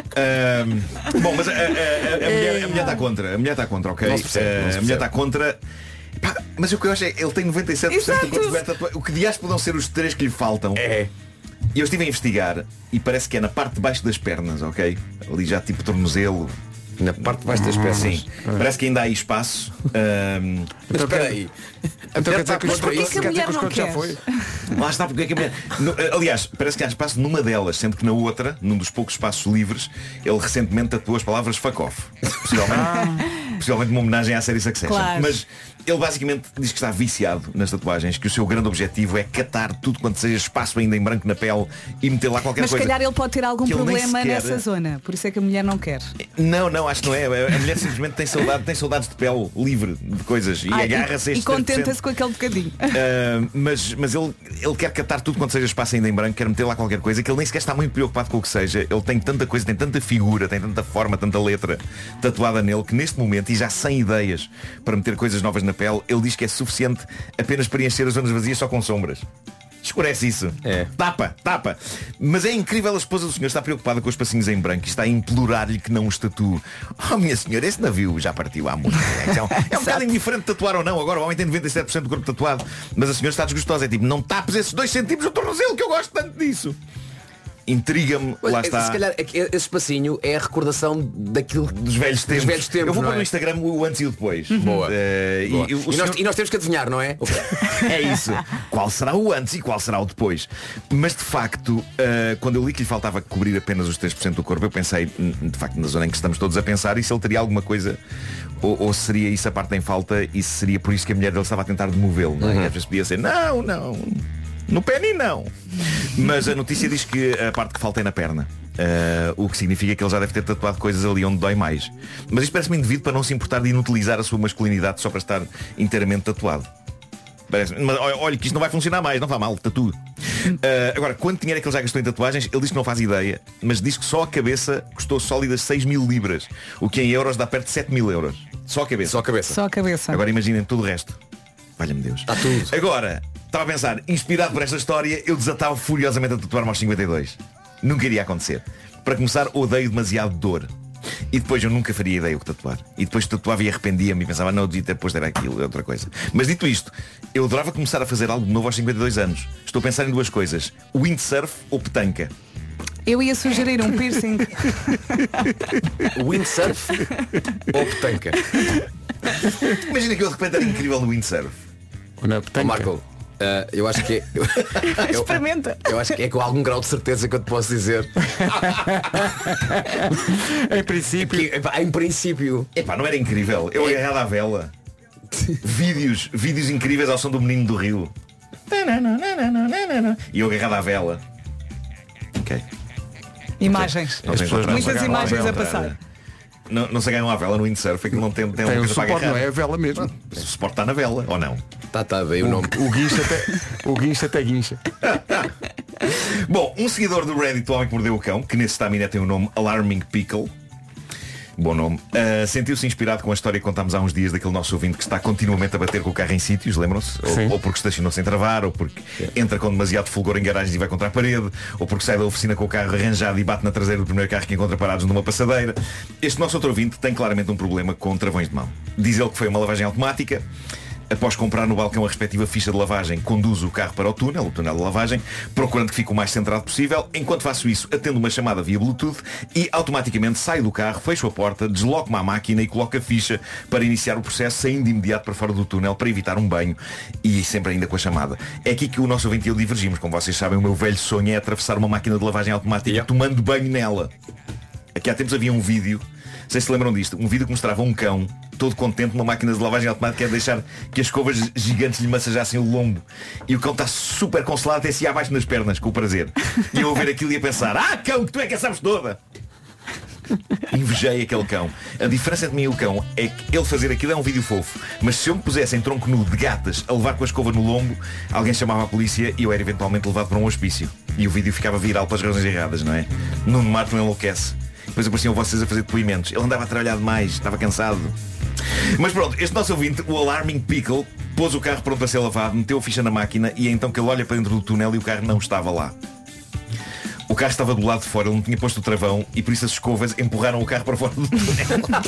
Bom, mas a mulher está contra. A mulher está contra, ok? Não se percebe. A mulher está contra. Pá, mas o que eu acho é que ele tem 97% do corpo coberto. O que dias poderão ser os 3 que lhe faltam? É. E eu estive a investigar e parece que é na parte de baixo das pernas, ok? Ali já tipo tornozelo. Na parte de baixo das pernas. Sim. Parece que ainda há aí espaço. Mas espera aí. Então quer dizer que os não já quer? foi. Lá está, porque é que a mulher... Aliás, parece que há espaço numa delas, sendo que na outra, num dos poucos espaços livres, ele recentemente tatuou as palavras fuck off. Possivelmente uma homenagem à série Succession. Claro. Mas ele basicamente diz que está viciado nas tatuagens, que o seu grande objetivo é catar tudo quanto seja espaço ainda em branco na pele e meter lá qualquer Mas se coisa. calhar ele pode ter algum que ele nem problema sequer- nessa zona. Por isso é que a mulher não quer. Não, acho que não é. A mulher simplesmente tem saudades de pele livre de coisas e agarra-se a E estes 3%. contenta-se com aquele bocadinho. Mas ele quer catar tudo quanto seja espaço ainda em branco, quer meter lá qualquer coisa, que ele nem sequer está muito preocupado com o que seja. Ele tem tanta coisa, tem tanta figura, tem tanta forma, tanta letra tatuada nele, que neste momento, e já sem ideias para meter coisas novas na pele, ele diz que é suficiente apenas preencher as zonas vazias só com sombras. Escurece isso. Tapa. Mas é incrível, a esposa do senhor está preocupada com os passinhos em branco e está a implorar-lhe que não os tatue. Oh, minha senhora, esse navio já partiu há muito. É um bocado indiferente tatuar ou não. Agora o homem tem 97% do corpo tatuado, mas a senhora está desgostosa. É tipo, não tapes esses 2 centímetros do tornozelo, que eu gosto tanto disso. Intriga-me, lá está. Se calhar esse espacinho é a recordação daquilo dos velhos tempos. Eu vou não pôr no Instagram o antes e o depois. Boa. E nós temos que adivinhar, não é? É isso. Qual será o antes e qual será o depois? Mas de facto, quando eu li que lhe faltava cobrir apenas os 3% do corpo, eu pensei, de facto, na zona em que estamos todos a pensar, e se ele teria alguma coisa, ou seria isso a parte em falta, e seria por isso que a mulher dele estava a tentar demovê-lo, não é? Às vezes podia ser, não. No penny não. Mas a notícia diz que a parte que falta é na perna. O que significa que ele já deve ter tatuado coisas ali onde dói mais. Mas isto parece-me indivíduo para não se importar de inutilizar a sua masculinidade só para estar inteiramente tatuado. Mas olha que isto não vai funcionar mais, não vá mal, tatue. Agora, quanto dinheiro é que ele já gastou em tatuagens? Ele diz que não faz ideia, mas diz que só a cabeça custou sólidas 6.000 libras, o que em euros dá perto de 7.000 euros. Só a cabeça. Só a cabeça. Agora imaginem tudo o resto. Valha-me Deus. Está tudo. Agora, estava a pensar, inspirado por esta história, eu desatava furiosamente a tatuar-me aos 52. Nunca iria acontecer. Para começar, odeio demasiado dor. E depois eu nunca faria ideia o que tatuar. E depois tatuava e arrependia-me e pensava, não, devia ter posto era aquilo, é outra coisa. Mas dito isto, eu adorava começar a fazer algo novo aos 52 anos. Estou a pensar em 2 coisas. Windsurf ou petanca. Eu ia sugerir um piercing. Windsurf ou petanca? Imagina que eu de repente era incrível no windsurf. Marco, eu acho que Experimenta. Eu acho que é com algum grau de certeza que eu te posso dizer. Em princípio. Em princípio. Epá, não era incrível? Eu agarrado à vela. vídeos incríveis ao som do Menino do Rio. E eu agarrado à vela. Ok. Imagens. Muitas imagens a passar. Não se agarram à vela no windsurf, é que não tem Tem uma um coisa para suporte, agarrar. não é a vela mesmo. O suporte está na vela, ou não? Está bem o nome. O guincha até guincha. Bom, um seguidor do Reddit, o Homem que Mordeu o Cão, que nesse estaminé tem o nome Alarming Pickle, Bom nome. Sentiu-se inspirado com a história que contámos há uns dias daquele nosso ouvinte que está continuamente a bater com o carro em sítios, lembram-se? Ou porque estacionou sem travar, ou porque entra com demasiado fulgor em garagens e vai contra a parede, ou porque sai da oficina com o carro arranjado e bate na traseira do primeiro carro que encontra parados numa passadeira. Este nosso outro ouvinte tem claramente um problema com travões de mão. Diz ele que foi uma lavagem automática. Após comprar no balcão a respectiva ficha de lavagem, conduzo o carro para o túnel de lavagem, procurando que fique o mais centrado possível. Enquanto faço isso, atendo uma chamada via Bluetooth e automaticamente saio do carro, fecho a porta, desloco-me à máquina e coloco a ficha para iniciar o processo, saindo de imediato para fora do túnel para evitar um banho e sempre ainda com a chamada. É aqui que o nosso ouvinte e eu divergimos. Como vocês sabem, o meu velho sonho é atravessar uma máquina de lavagem automática tomando banho nela. Aqui há tempos havia um vídeo, não sei se lembram disto, um vídeo que mostrava um cão todo contente numa máquina de lavagem automática a deixar que as escovas gigantes lhe massajassem o lombo. E o cão está super consolado até se ia abaixo nas pernas, com o prazer. E eu a ver aquilo e a pensar, cão, que tu é que a sabes toda. Invejei aquele cão. A diferença entre mim e o cão é que ele fazer aquilo é um vídeo fofo. Mas se eu me pusesse em tronco nu de gatas a levar com a escova no lombo, alguém chamava a polícia e eu era eventualmente levado para um hospício. E o vídeo ficava viral pelas razões erradas, não é? Nuno Marco não enlouquece. Depois apareciam vocês a fazer depoimentos. Ele andava a trabalhar demais, estava cansado. Mas pronto, este nosso ouvinte, o Alarming Pickle, pôs o carro pronto a ser lavado, meteu a ficha na máquina e é então que ele olha para dentro do túnel e o carro não estava lá. O carro estava do lado de fora, ele não tinha posto o travão e por isso as escovas empurraram o carro para fora do túnel.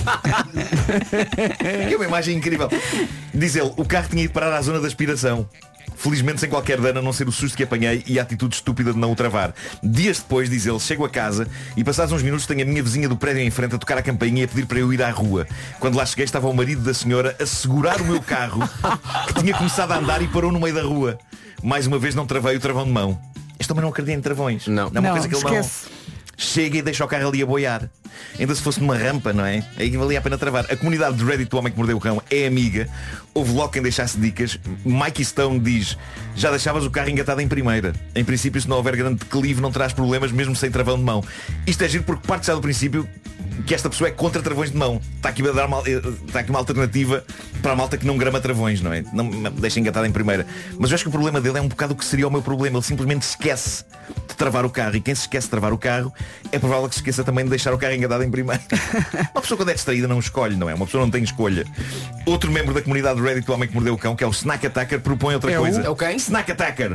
É uma imagem incrível. Diz ele, o carro tinha ido parar à zona de aspiração. Felizmente sem qualquer dano, a não ser o susto que apanhei e a atitude estúpida de não o travar. Dias depois, diz ele, chego a casa e passados uns minutos tenho a minha vizinha do prédio em frente a tocar a campainha e a pedir para eu ir à rua. Quando lá cheguei estava o marido da senhora a segurar o meu carro que tinha começado a andar e parou no meio da rua. Mais uma vez não travei o travão de mão. Este também não acredita em travões. Não é uma coisa que ele esquece. não... Chega e deixa o carro ali a boiar. Ainda se fosse numa rampa, não é? Aí valia a pena travar. A comunidade de Reddit do Homem que Mordeu o Cão é amiga. Houve logo quem deixasse dicas. Mikey Stone diz, já deixavas o carro engatado em primeira. Em princípio, se não houver grande declive, não terás problemas mesmo sem travão de mão. Isto é giro porque parte já do princípio que esta pessoa é contra travões de mão. Está aqui uma alternativa para a malta que não grama travões, não é? Não me deixa engatado em primeira. Mas eu acho que o problema dele é um bocado o que seria o meu problema. Ele simplesmente esquece de travar o carro. E quem se esquece de travar o carro, é provável que se esqueça também de deixar o carro engatado em primeira. Uma pessoa quando é distraída não escolhe, não é? Uma pessoa não tem escolha. Outro membro da comunidade do Reddit do Homem que Mordeu o Cão, que é o Snack Attacker, propõe outra coisa. É o quem? Snack Attacker.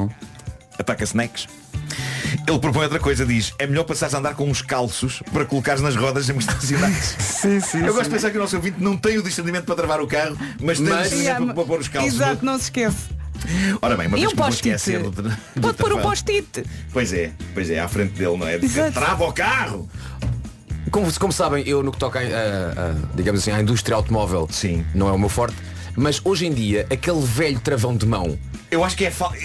Ataca snacks. Ele propõe outra coisa, diz, é melhor passares a andar com uns calços para colocares nas rodas estacionadas. Sim. Eu gosto de pensar que o nosso ouvinte não tem o discernimento para travar o carro, mas tem o discernimento para pôr os calços. Exato, não se esquece. Ora bem, uma E vez um que me post-it. esquecer Pode pôr um post-it. Pois é, à frente dele, não é? Exato. Trava o carro! Como sabem, eu no que toca digamos assim, à indústria automóvel, sim, não é o meu forte, mas hoje em dia aquele velho travão de mão, eu acho que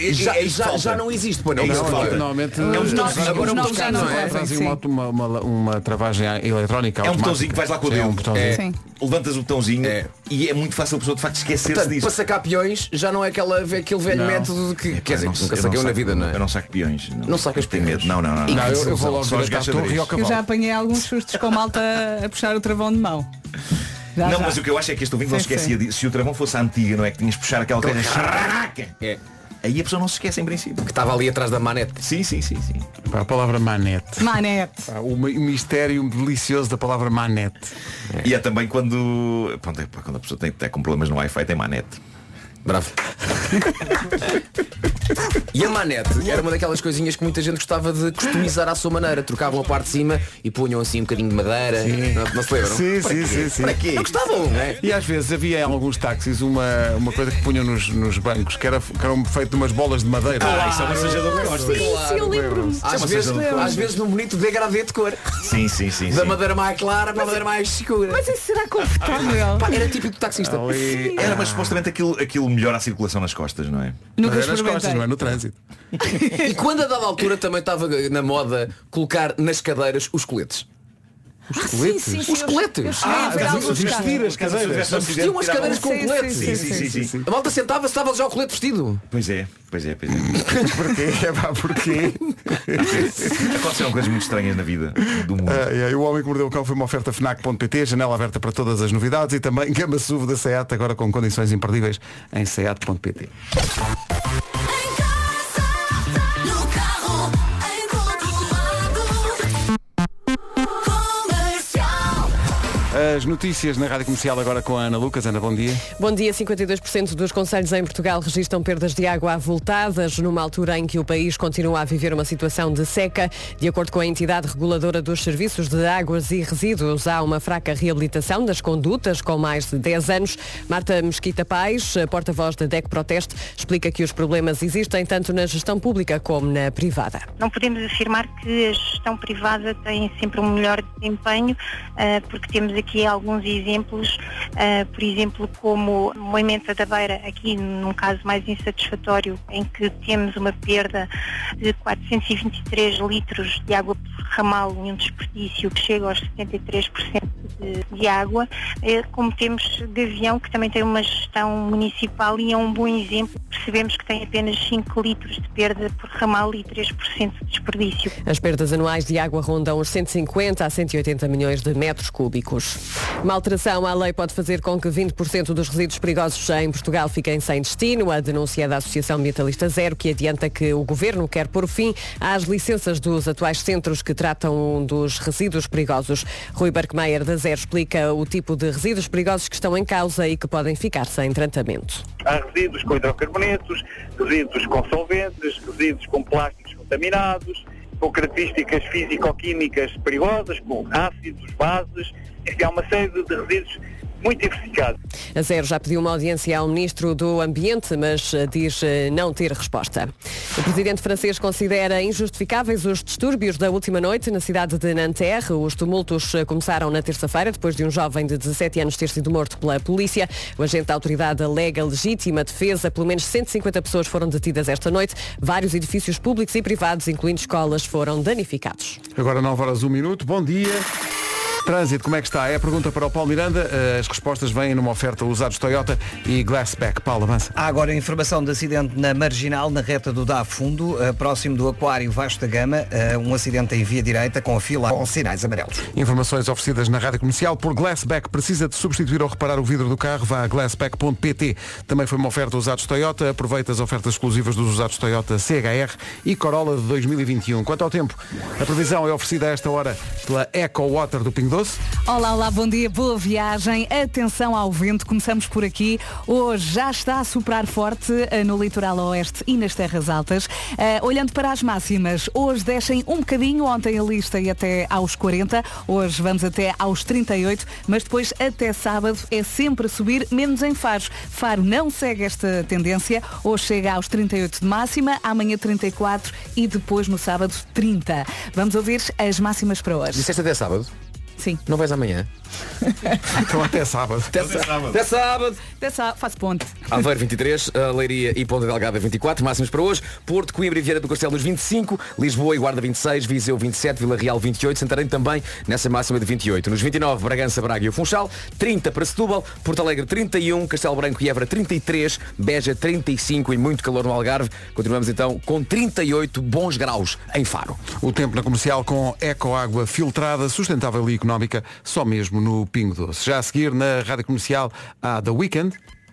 já não existe, pô, não. É isso que falta. Normalmente agora não já não é. Fazem uma travagem eletrónica. É um botãozinho que vais lá com o dedo. Sim. Levantas o botãozinho e é muito fácil a pessoa de facto esquecer-se disso. Para sacar peões já não é aquele velho método que quer dizer, nunca saquei na vida, não é? Eu não saco peões. Não sacas peões. Medo. Não. Eu vou logo só ver a torre e ao Eu cavalo. já apanhei alguns sustos com malta a puxar o travão de mão. Já. Mas o que eu acho é que este ouvinte não se esquecia disso. Se o travão fosse a antiga, não é? Que tinhas de puxar aquela coisa. Aí a pessoa não se esquece em princípio. Que estava ali atrás da manete. Sim. A palavra manete. O mistério delicioso da palavra manete. E é também quando a pessoa tem com problemas no Wi-Fi, tem manete. Bravo. E a manete era uma daquelas coisinhas que muita gente gostava de customizar à sua maneira. Trocavam a parte de cima e punham assim um bocadinho de madeira. Não se lembram? Sim. Para quê? Não gostavam, não é? E às vezes havia em alguns táxis uma coisa que punham nos bancos que era feito de umas bolas de madeira. Isso é uma massajador de costas. Sim, eu lembro-me. Às vezes num bonito degradê de cor. Sim. Da madeira mais clara para a madeira mais escura. Mas isso será confortável? Era típico do taxista. Era, mas supostamente aquilo melhora a circulação nas costas, não é? Nunca Nas costas, não é no trânsito. E quando a dada altura também estava na moda colocar nas cadeiras os coletes. Os coletes? Sim, Os coletes. vestir as cadeiras. Vestiam as cadeiras com coletes. Sim. A malta sentava-se, estava já o colete vestido. Pois é. Porquê? Aconteceram coisas muito estranhas na vida do mundo. O Homem que Mordeu o Cão foi uma oferta FNAC.pt, janela aberta para todas as novidades e também gama SUV da SEAT, agora com condições imperdíveis em SEAT.pt. As notícias na Rádio Comercial agora com a Ana Lucas. Ana, bom dia. Bom dia. 52% dos concelhos em Portugal registram perdas de água avultadas numa altura em que o país continua a viver uma situação de seca. De acordo com a entidade reguladora dos serviços de águas e resíduos, há uma fraca reabilitação das condutas com mais de 10 anos. Marta Mesquita Pais, porta-voz da DEC Proteste, explica que os problemas existem tanto na gestão pública como na privada. Não podemos afirmar que a gestão privada tem sempre um melhor desempenho, porque temos aqui alguns exemplos, por exemplo, como Moimenta da Beira, aqui num caso mais insatisfatório, em que temos uma perda de 423 litros de água por ramal e um desperdício que chega aos 73% de água, como temos Gavião, que também tem uma gestão municipal e é um bom exemplo. Percebemos que tem apenas 5 litros de perda por ramal e 3% de desperdício. As perdas anuais de água rondam os 150 a 180 milhões de metros cúbicos. Uma alteração à lei pode fazer com que 20% dos resíduos perigosos em Portugal fiquem sem destino. A denúncia é da Associação Ambientalista Zero, que adianta que o Governo quer pôr fim às licenças dos atuais centros que tratam dos resíduos perigosos. Rui Barquemeyer da Zero explica o tipo de resíduos perigosos que estão em causa e que podem ficar sem tratamento. Há resíduos com hidrocarbonetos, resíduos com solventes, resíduos com plásticos contaminados, com características físico-químicas perigosas, com ácidos, bases, enfim, há uma série de resíduos muito diversificado. A Zero já pediu uma audiência ao Ministro do Ambiente, mas diz não ter resposta. O Presidente francês considera injustificáveis os distúrbios da última noite na cidade de Nanterre. Os tumultos começaram na terça-feira, depois de um jovem de 17 anos ter sido morto pela polícia. O agente da autoridade alega legítima defesa. Pelo menos 150 pessoas foram detidas esta noite. Vários edifícios públicos e privados, incluindo escolas, foram danificados. Agora 9h01. Bom dia. Trânsito, como é que está? É a pergunta para o Paulo Miranda. As respostas vêm numa oferta usados Toyota e Glassback. Paulo, avança. Há agora informação de acidente na Marginal, na reta do Dá Fundo, próximo do Aquário Vasco da Gama. Um acidente em via direita com a fila com sinais amarelos. Informações oferecidas na Rádio Comercial por Glassback. Precisa de substituir ou reparar o vidro do carro? Vá a glassback.pt. Também foi uma oferta usados Toyota. Aproveita as ofertas exclusivas dos usados Toyota CHR e Corolla de 2021. Quanto ao tempo, a previsão é oferecida a esta hora pela Eco Water do Pingo Doce. Olá, olá, bom dia, boa viagem. Atenção ao vento, começamos por aqui. Hoje já está a soprar forte no litoral oeste e nas terras altas. Olhando para as máximas, hoje descem um bocadinho, ontem a lista e até aos 40, hoje vamos até aos 38, mas depois até sábado é sempre a subir, menos em Faro. Faro não segue esta tendência, hoje chega aos 38 de máxima, amanhã 34 e depois no sábado 30. Vamos ouvir as máximas para hoje. Disseste até sábado? Sim. Não vais amanhã? Então até sábado. Até sábado. Faço ponte. Aveiro 23, Leiria e Ponta Delgada 24, máximos para hoje. Porto, Coimbra e Vieira do Castelo nos 25, Lisboa e Guarda 26, Viseu 27, Vila Real 28, Santarém também nessa máxima de 28. Nos 29, Bragança, Braga e o Funchal, 30 para Setúbal, Porto Alegre 31, Castelo Branco e Évora 33, Beja 35 e muito calor no Algarve. Continuamos então com 38 bons graus em Faro. O tempo na Comercial com Ecoágua filtrada, sustentável e económica, só mesmo no Pingo Doce. Já a seguir na Rádio Comercial há The Weeknd.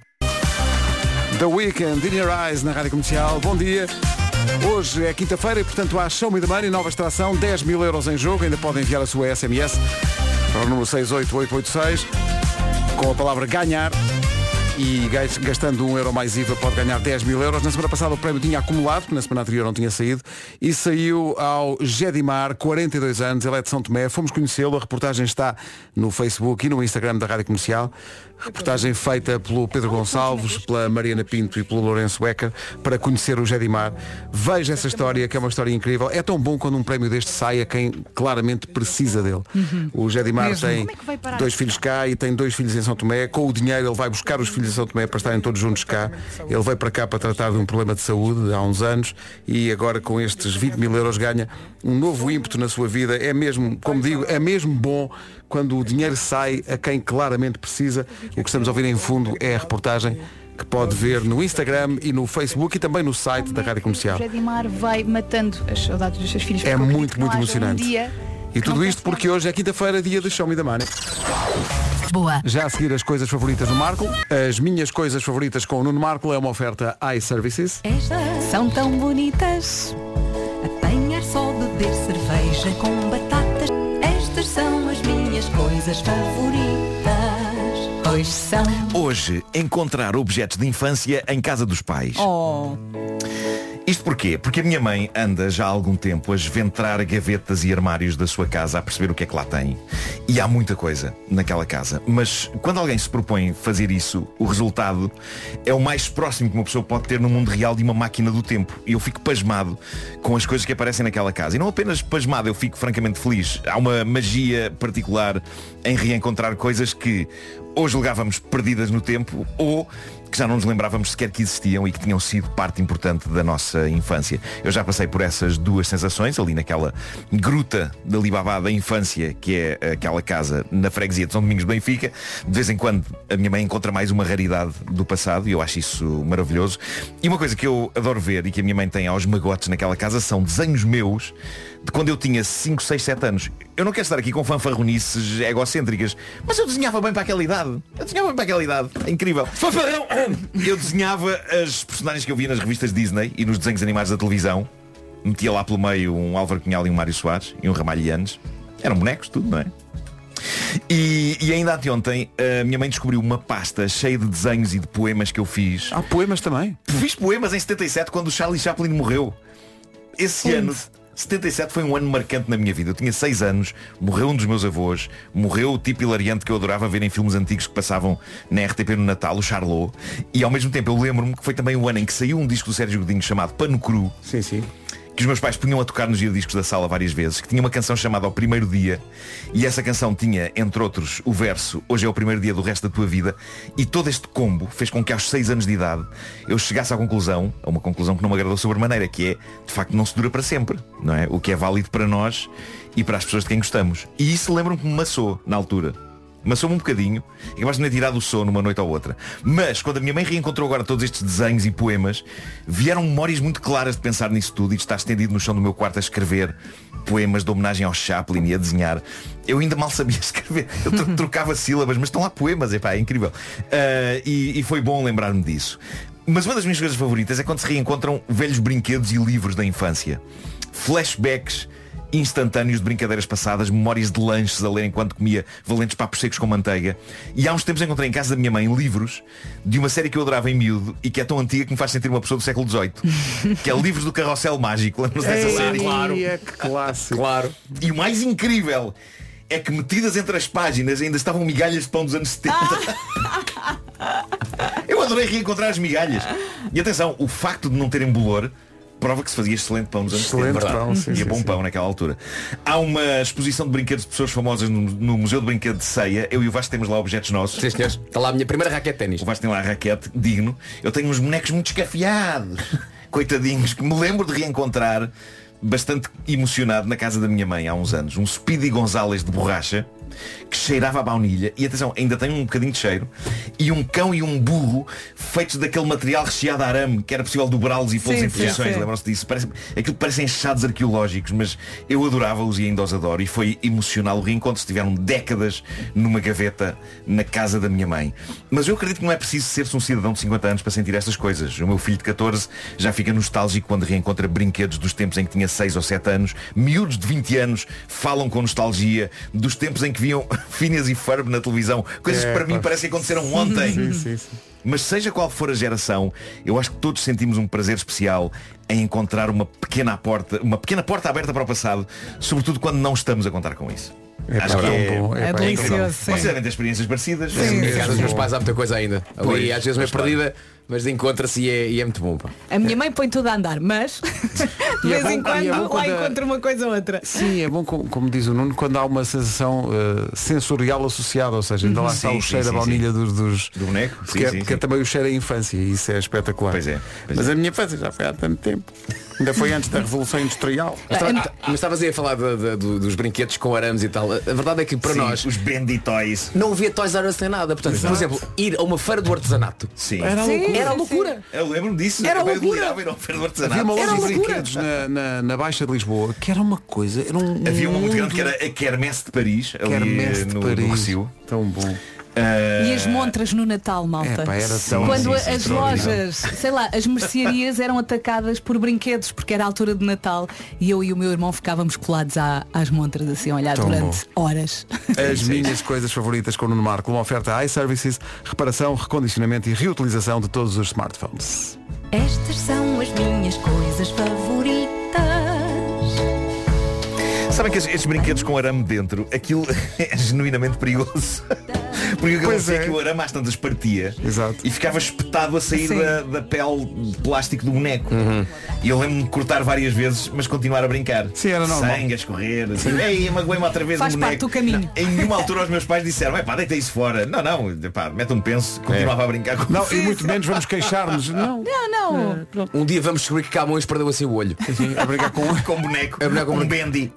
The Weeknd, In Your Eyes na Rádio Comercial. Bom dia. Hoje é quinta-feira e portanto há Show Me the Money, nova extração, 10 mil euros em jogo. Ainda podem enviar a sua SMS para o número 68886 com a palavra ganhar. E gastando €1 mais IVA pode ganhar 10 mil euros. Na semana passada o prémio tinha acumulado, porque na semana anterior não tinha saído, e saiu ao Gedimar, 42 anos, ele é de São Tomé. Fomos conhecê-lo, a reportagem está no Facebook e no Instagram da Rádio Comercial. Reportagem feita pelo Pedro Gonçalves, pela Mariana Pinto e pelo Lourenço Becker para conhecer o Gedimar. Veja essa história, que é uma história incrível. É tão bom quando um prémio deste sai a quem claramente precisa dele. O Gedimar tem 2 filhos cá e tem 2 filhos em São Tomé. Com o dinheiro ele vai buscar os filhos em São Tomé para estarem todos juntos cá. Ele veio para cá para tratar de um problema de saúde há uns anos e agora com estes 20 mil euros ganha um novo ímpeto na sua vida. É mesmo, como digo, é mesmo bom quando o dinheiro sai a quem claramente precisa. O que estamos a ouvir em fundo é a reportagem que pode ver no Instagram e no Facebook e também no site da Rádio Comercial. O Gedimar vai matando as saudades dos seus filhos. É muito, muito emocionante. E tudo isto porque hoje é quinta-feira, dia de Show Me the Money. Boa. Já a seguir as coisas favoritas do Marco. As minhas coisas favoritas com o Nuno Marco é uma oferta iServices. Estas são tão bonitas. Apanhar só beber cerveja com batatas. Estas são as minhas coisas coisas favoritas hoje são. Hoje, encontrar objetos de infância em casa dos pais. Oh. Isto porquê? Porque a minha mãe anda já há algum tempo a esventrar gavetas e armários da sua casa a perceber o que é que lá tem. E há muita coisa naquela casa. Mas quando alguém se propõe fazer isso, o resultado é o mais próximo que uma pessoa pode ter no mundo real de uma máquina do tempo. E eu fico pasmado com as coisas que aparecem naquela casa. E não apenas pasmado, eu fico francamente feliz. Há uma magia particular em reencontrar coisas que ou julgávamos perdidas no tempo ou que já não nos lembrávamos sequer que existiam e que tinham sido parte importante da nossa infância. Eu já passei por essas duas sensações, ali naquela gruta da Alibaba da infância, que é aquela casa na freguesia de São Domingos de Benfica. De vez em quando a minha mãe encontra mais uma raridade do passado e eu acho isso maravilhoso. E uma coisa que eu adoro ver e que a minha mãe tem aos magotes naquela casa são desenhos meus de quando eu tinha 5, 6, 7 anos. Eu não quero estar aqui com fanfarronices egocêntricas, mas eu desenhava bem para aquela idade. É incrível. Fanfarrão! Eu desenhava as personagens que eu via nas revistas Disney e nos desenhos animados da televisão. Metia lá pelo meio um Álvaro Cunhal e um Mário Soares e um Ramalhianes. Eram bonecos, tudo, não é? E ainda anteontem a minha mãe descobriu uma pasta cheia de desenhos e de poemas que eu fiz. Há poemas também? Fiz poemas em 77 quando o Charlie Chaplin morreu. Esse ano 77 foi um ano marcante na minha vida. Eu tinha 6 anos, morreu um dos meus avós, morreu o tipo hilariante que eu adorava ver em filmes antigos que passavam na RTP no Natal, o Charlot. E ao mesmo tempo eu lembro-me que foi também o ano em que saiu um disco do Sérgio Godinho chamado Pano Cru. Sim, sim. Que os meus pais punham a tocar nos giradiscos da sala várias vezes, que tinha uma canção chamada Ao Primeiro Dia, e essa canção tinha, entre outros, o verso Hoje é o primeiro dia do resto da tua vida, e todo este combo fez com que aos 6 anos de idade eu chegasse à conclusão, a uma conclusão que não me agradou sobremaneira, que é, de facto, não se dura para sempre, não é? O que é válido para nós e para as pessoas de quem gostamos. E isso lembro-me que me maçou na altura. Maçou-me um bocadinho e capaz de me ter tirado o sono uma noite ou outra. Mas quando a minha mãe reencontrou agora todos estes desenhos e poemas, vieram memórias muito claras de pensar nisso tudo e de estar estendido no chão do meu quarto a escrever poemas de homenagem ao Chaplin e a desenhar. Eu ainda mal sabia escrever. Eu trocava sílabas, mas estão lá poemas, é incrível. E foi bom lembrar-me disso. Mas uma das minhas coisas favoritas é quando se reencontram velhos brinquedos e livros da infância. Flashbacks instantâneos de brincadeiras passadas, memórias de lanches a ler enquanto comia valentes papos secos com manteiga. E há uns tempos encontrei em casa da minha mãe livros de uma série que eu adorava em miúdo e que é tão antiga que me faz sentir uma pessoa do século XVIII, que é Livros do Carrossel Mágico. Lembram-se dessa série? Claro. Que clássico. Claro. E o mais incrível é que metidas entre as páginas ainda estavam migalhas de pão dos anos 70. Eu adorei reencontrar as migalhas. E atenção, o facto de não terem bolor prova que se fazia excelente pão nos anos 70. Pão, sim, e bom pão naquela altura. Há uma exposição de brinquedos de pessoas famosas no Museu de Brinquedo de Ceia. Eu e o Vasco temos lá objetos nossos. Sim, senhores. Está lá a minha primeira raquete de ténis. O Vasco tem lá a raquete, digno. Eu tenho uns bonecos muito escafiados, coitadinhos, que me lembro de reencontrar bastante emocionado na casa da minha mãe há uns anos. Um Speedy Gonzales de borracha que cheirava a baunilha. E atenção, ainda tem um bocadinho de cheiro. E um cão e um burro feitos daquele material recheado a arame que era possível dobrá-los e pô-los em posições. Lembram-se disso? Aquilo parecem achados arqueológicos, mas eu adorava-os e ainda os adoro. E foi emocional o reencontro. Estiveram décadas numa gaveta na casa da minha mãe. Mas eu acredito que não é preciso ser-se um cidadão de 50 anos para sentir estas coisas. O meu filho de 14 já fica nostálgico quando reencontra brinquedos dos tempos em que tinha 6 ou 7 anos. Miúdos de 20 anos falam com nostalgia dos tempos em que viam Phineas e Ferb na televisão. Coisas que para mim parecem que aconteceram ontem. Sim. Mas seja qual for a geração, eu acho que todos sentimos um prazer especial em encontrar uma pequena porta aberta para o passado, sobretudo quando não estamos a contar com isso. Acho que é delicioso. Vocês devem ter experiências parecidas. Em casa dos meus pais há muita coisa ainda. Ali às vezes meio perdida, mas encontra-se e é muito bom. Pá. A minha mãe põe tudo a andar, mas de vez em quando lá encontra uma coisa ou outra. Sim, é bom, como diz o Nuno, quando há uma sensação sensorial associada, ou seja, ainda lá está o cheiro da baunilha do boneco, que é também o cheiro da infância, e isso é espetacular. Pois é. Mas a minha infância já foi há tanto tempo. Ainda foi antes da Revolução Industrial. Mas estavas aí a falar dos brinquedos com arames e tal. A verdade é que para nós os Bendy Toys não havia Toys R Us nem nada. Portanto, por exemplo, ir a uma feira do artesanato era loucura. Eu lembro-me disso. Era loucura. Ir a uma feira do artesanato. Havia uma loja de brinquedos na Baixa de Lisboa que era uma coisa. Havia uma muito grande que era a Kermesse de Paris, ali no Recio. Tão bom. E as montras no Natal, malta. Era tão quando as lojas, sei lá, as mercearias eram atacadas por brinquedos, porque era a altura de Natal e eu e o meu irmão ficávamos colados às montras assim a olhar tão durante horas. As minhas coisas favoritas com o Nuno Marco, uma oferta iServices, reparação, recondicionamento e reutilização de todos os smartphones. Estas são as minhas coisas favoritas. Sabem que estes brinquedos com arame dentro, aquilo é genuinamente perigoso. Porque acontecia que o arame às tantas partia. Exato. E ficava espetado a sair da pele de plástico do boneco. E eu lembro-me de cortar várias vezes, mas continuar a brincar. Sim, era normal. Sangue a escorrer. Assim. Ei, magoei-me outra vez Faz o parte boneco. do caminho. Não, em nenhuma altura os meus pais disseram, deita isso fora. Não, mete um penso, continuava a brincar com Não, e muito menos vamos queixar-nos. Não. Um dia vamos descobrir que Camões perdeu assim o olho. Sim, a brincar com boneco. Com um bendy.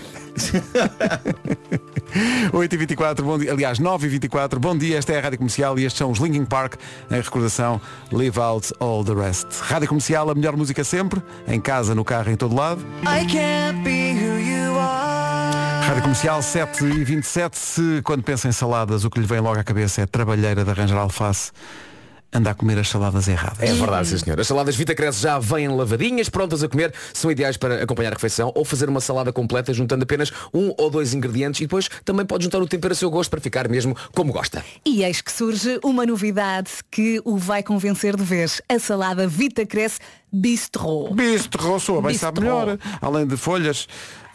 8h24, bom dia. Aliás, 9h24, bom dia, esta é a Rádio Comercial e estes são os Linkin Park, em recordação Leave Out All the Rest. Rádio Comercial, a melhor música sempre, em casa, no carro, em todo lado. I can't be who you are. Rádio Comercial 7h27, se quando pensa em saladas o que lhe vem logo à cabeça é trabalheira de arranjar alface, anda a comer as saladas erradas. É verdade, sim senhor. As saladas Vitacresce já vêm lavadinhas, prontas a comer, são ideais para acompanhar a refeição ou fazer uma salada completa juntando apenas 1 ou 2 ingredientes e depois também pode juntar o tempero a seu gosto para ficar mesmo como gosta. E eis que surge uma novidade que o vai convencer de vez. A salada Vitacresce Bistro. Bistro, soa bem, sabe melhor. Além de folhas,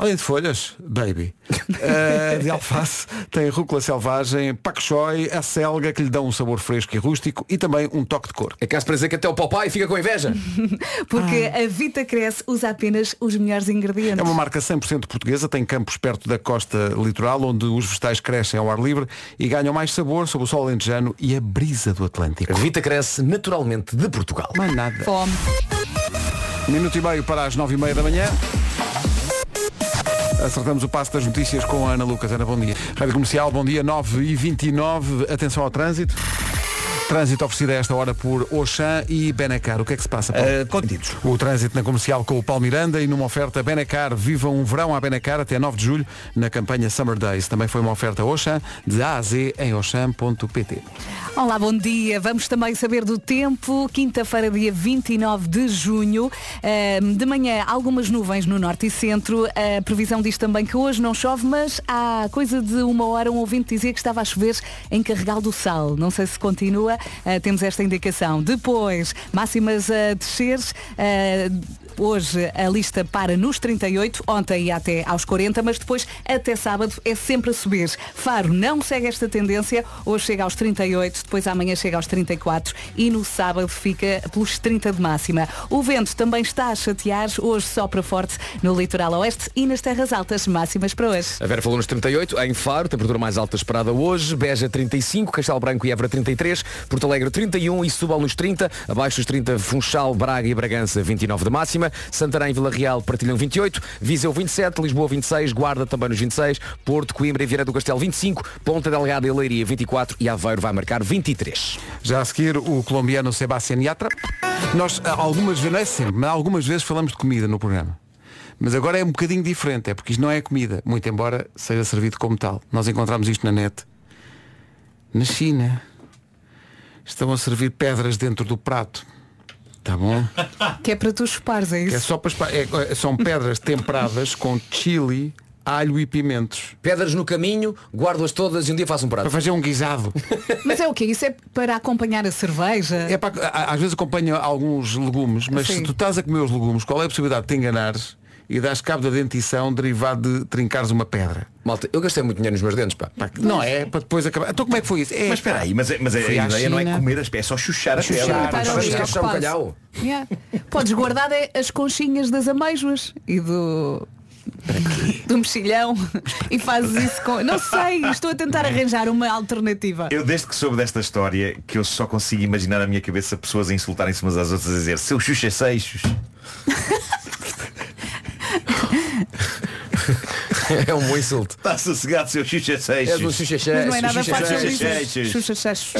baby, de alface, tem rúcula selvagem, pak choi, a selga, que lhe dão um sabor fresco e rústico e também um toque de cor. É caso para dizer que até o Popeye fica com inveja. Porque a Vitacresce usa apenas os melhores ingredientes. É uma marca 100% portuguesa, tem campos perto da costa litoral, onde os vegetais crescem ao ar livre e ganham mais sabor sob o sol alentejano e a brisa do Atlântico. Vitacresce naturalmente de Portugal. Mais nada. Fome. 1 minuto e meio para as 9h30 da manhã. Acertamos o passo das notícias com a Ana Lucas. Ana, bom dia. Rádio Comercial, bom dia, 9h29. Atenção ao trânsito. Trânsito oferecido a esta hora por Auchan e Benacar. O que é que se passa, Paulo? Contidos. O trânsito na Comercial com o Paulo Miranda e numa oferta Benacar. Viva um verão à Benacar até 9 de julho na campanha Summer Days. Também foi uma oferta Auchan de A a Z em auchan.pt. Olá, bom dia. Vamos também saber do tempo. Quinta-feira, dia 29 de junho. De manhã, algumas nuvens no norte e centro. A previsão diz também que hoje não chove, mas há coisa de uma hora um ouvinte dizia que estava a chover em Carregal do Sal. Não sei se continua. Temos esta indicação. Depois, máximas a descer. Hoje a lista para nos 38, ontem ia até aos 40, mas depois até sábado é sempre a subir. Faro não segue esta tendência, hoje chega aos 38, depois amanhã chega aos 34 e no sábado fica pelos 30 de máxima. O vento também está a chatear, hoje sopra forte no litoral oeste e nas terras altas, máximas para hoje. A Vera falou nos 38, em Faro, temperatura mais alta esperada hoje, Beja 35, Castelo Branco e Évora 33, Porto Alegre 31 e Setúbal nos 30, abaixo dos 30 Funchal, Braga e Bragança 29 de máxima, Santarém e Vila Real partilham 28, Viseu 27, Lisboa 26, Guarda também nos 26, Porto, Coimbra e Viana do Castelo 25, Ponta Delgada e Leiria 24 e Aveiro vai marcar 23. Já a seguir o colombiano Sebastián Yatra. Nós algumas vezes, não é sempre, mas algumas vezes falamos de comida no programa. Mas agora é um bocadinho diferente, é porque isto não é comida, muito embora seja servido como tal. Nós encontramos isto na net. Na China estão a servir pedras dentro do prato. Tá bom? Que é para tu chupares, é isso? É só para são pedras temperadas com chili, alho e pimentos. Pedras no caminho, guardo-as todas e um dia faço um prato. Para fazer um guisado. Mas é o quê? Isso é para acompanhar a cerveja? É para, às vezes acompanha alguns legumes, mas se tu estás a comer os legumes, qual é a possibilidade de te enganares e dás cabo da dentição derivado de trincares uma pedra? Malta, eu gastei muito dinheiro nos meus dentes, pá. Não é, para depois acabar. Então como é que foi isso? Mas espera aí, mas a ideia não é comer as pedras, é só chuchar a pedra. Podes guardar as conchinhas das amêijoas e do mexilhão e fazes isso com... Não sei, estou a tentar arranjar uma alternativa. Eu desde que soube desta história que eu só consigo imaginar na minha cabeça pessoas a insultarem-se umas às outras a dizer seu Xuxa Seixos. É um bom insulto. Está sossegado, seu xuxa-seixos. És um xuxa-xeixos. Mas não é nada fácil dizer. Xuxa-xeixos.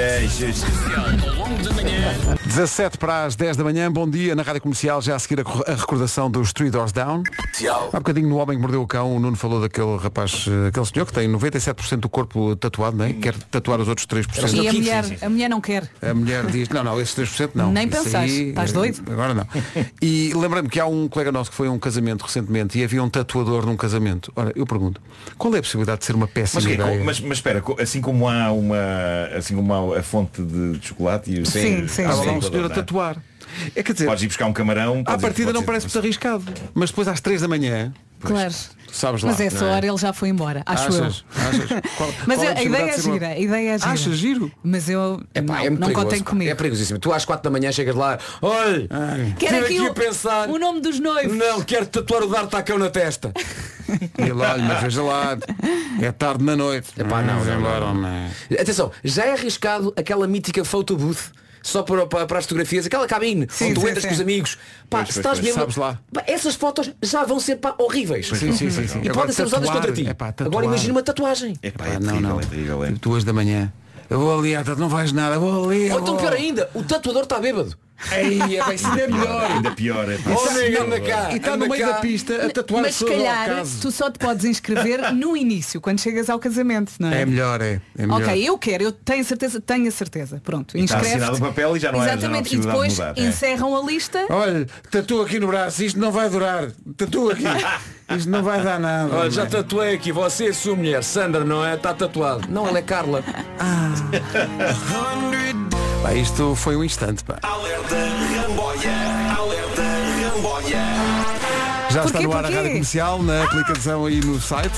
17 para as 10 da manhã, bom dia na Rádio Comercial, já a seguir a recordação dos Three Doors Down. Há bocadinho no Homem que Mordeu o Cão, o Nuno falou daquele rapaz, aquele senhor que tem 97% do corpo tatuado, não é? Quer tatuar os outros 3%. E a mulher não quer. A mulher diz, não, esses 3% não. Nem Isso pensares, aí, estás doido? Agora não. E lembrei-me que há um colega nosso que foi a um casamento recentemente e havia um tatuador num casamento. Ora, eu pergunto, qual é a possibilidade de ser uma péssima ideia? Mas espera, assim como há a fonte de chocolate e sim. Há lá um senhor a tatuar. É, quer dizer, podes ir buscar um camarão. À partida não parece muito arriscado. Mas depois às 3 da manhã. Claro. Sabes lá. Mas essa hora ele já foi embora, acho eu. Mas a ideia é gira, a ideia é gira. Achas giro? Mas eu não contem comigo. É perigosíssimo. Tu às 4 da manhã chegas lá, olha, quero aqui a pensar. O nome dos noivos. Não, quero tatuar o D'Artacão na testa. E ele, olha, mas veja lá, é tarde na noite. Não. Atenção, já é arriscado aquela mítica photo booth. Só para as fotografias, aquela cabine onde tu entras com os amigos. Pá, se estás mesmo, sabes lá. Pá, essas fotos já vão ser horríveis. Sim. E podem ser usadas contra ti. Agora imagina uma tatuagem. É terrível. Tu és da manhã. Eu vou ali, não vais nada, vou ali. Ou então pior ainda, o tatuador está bêbado. Isso ainda é melhor. Ainda pior. E está no meio da pista a tatuar. Mas se calhar tu só te podes inscrever no início, quando chegas ao casamento, não é? É melhor. Ok, eu tenho a certeza. Pronto, está inscreve-te. assinado o papel e já não é. Exatamente, e depois encerram a lista. Olha, tatua aqui no braço, isto não vai durar. Tatua aqui. Isto não vai dar nada. Olha, já tatuei aqui, você é sua mulher, Sandra, não é? Está tatuado. Não, ela é Carla. Pá, isto foi um instante, pá. Alerta Ramboia. Já está no ar a Rádio Comercial, na aplicação e no site.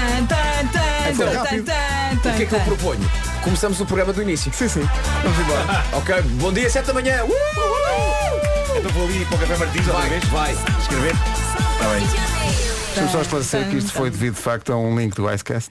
O que é que eu proponho? Começamos o programa do início. Sim. Vamos embora. Ok, bom dia, 7 da manhã. Então vou ali para o Café Martins outra vez. Vai. Escrever. Está bem. Deixa-me só esclarecer que isto foi devido de facto a um link do Icecast.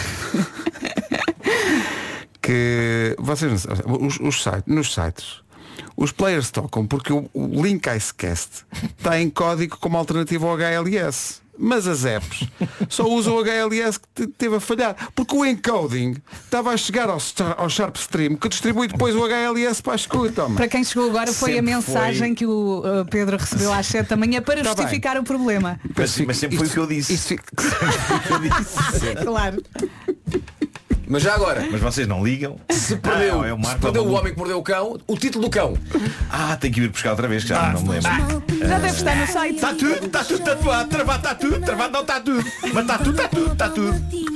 Que vocês não sabem, nos sites os players tocam porque o link Icecast está em código como alternativa ao HLS. Mas as apps só usam o HLS que teve a falhar. Porque o encoding estava a chegar ao Sharp Stream, que distribui depois o HLS para a escuta. Para quem chegou agora foi a mensagem que o Pedro recebeu às 7 da manhã para justificar o problema. Mas sempre foi o que eu disse. Claro. Mas já agora. Mas vocês não ligam. Se perdeu, o Homem que Mordeu o Cão, o título do cão. Tem que ir buscar outra vez, que já não me lembro. Já deve estar no site. Está tudo tatuado, travado está tudo, travado não está tudo. Mas está tudo.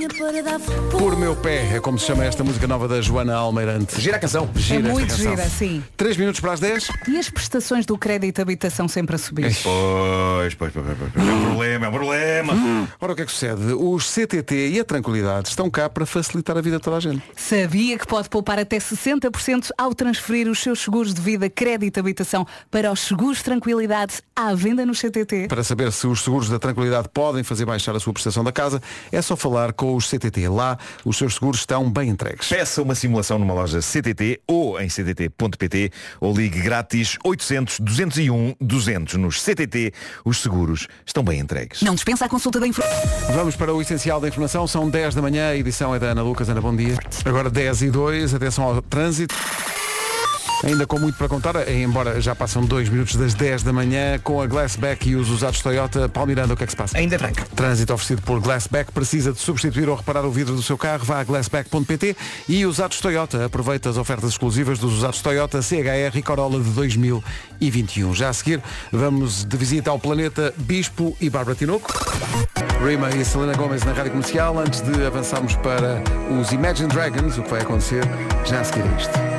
Por meu pé, é como se chama esta música nova da Joana Almeirante. Gira a canção. É muito gira, sim. 3 minutos para as 10. E as prestações do crédito de habitação sempre a subir. Pois. É um problema. Ora, o que é que sucede? Os CTT e a Tranquilidade estão cá para facilitar a vida de toda a gente. Sabia que pode poupar até 60% ao transferir os seus seguros de vida, crédito de habitação para os seguros Tranquilidade à venda no CTT? Para saber se os seguros da Tranquilidade podem fazer baixar a sua prestação da casa, é só falar com os CTT. Lá, os seus seguros estão bem entregues. Peça uma simulação numa loja CTT ou em ctt.pt ou ligue grátis 800-201-200. Nos CTT, os seguros estão bem entregues. Não dispensa a consulta da informação. Vamos para o essencial da informação. São 10 da manhã, a edição é da Ana Lucas. Ana, bom dia. Agora 10:02, atenção ao trânsito. Ainda com muito para contar, embora já passam 2 minutos das 10 da manhã, com a Glassback e os usados Toyota. Paulo Miranda, o que é que se passa? Ainda tranca. Trânsito oferecido por Glassback. Precisa de substituir ou reparar o vidro do seu carro? Vá a glassback.pt. E usados Toyota. Aproveita as ofertas exclusivas dos usados Toyota CHR e Corolla de 2021. Já a seguir, vamos de visita ao planeta Bispo e Bárbara Tinoco. Rima e Selena Gomez na Rádio Comercial. Antes de avançarmos para os Imagine Dragons, o que vai acontecer já a seguir isto.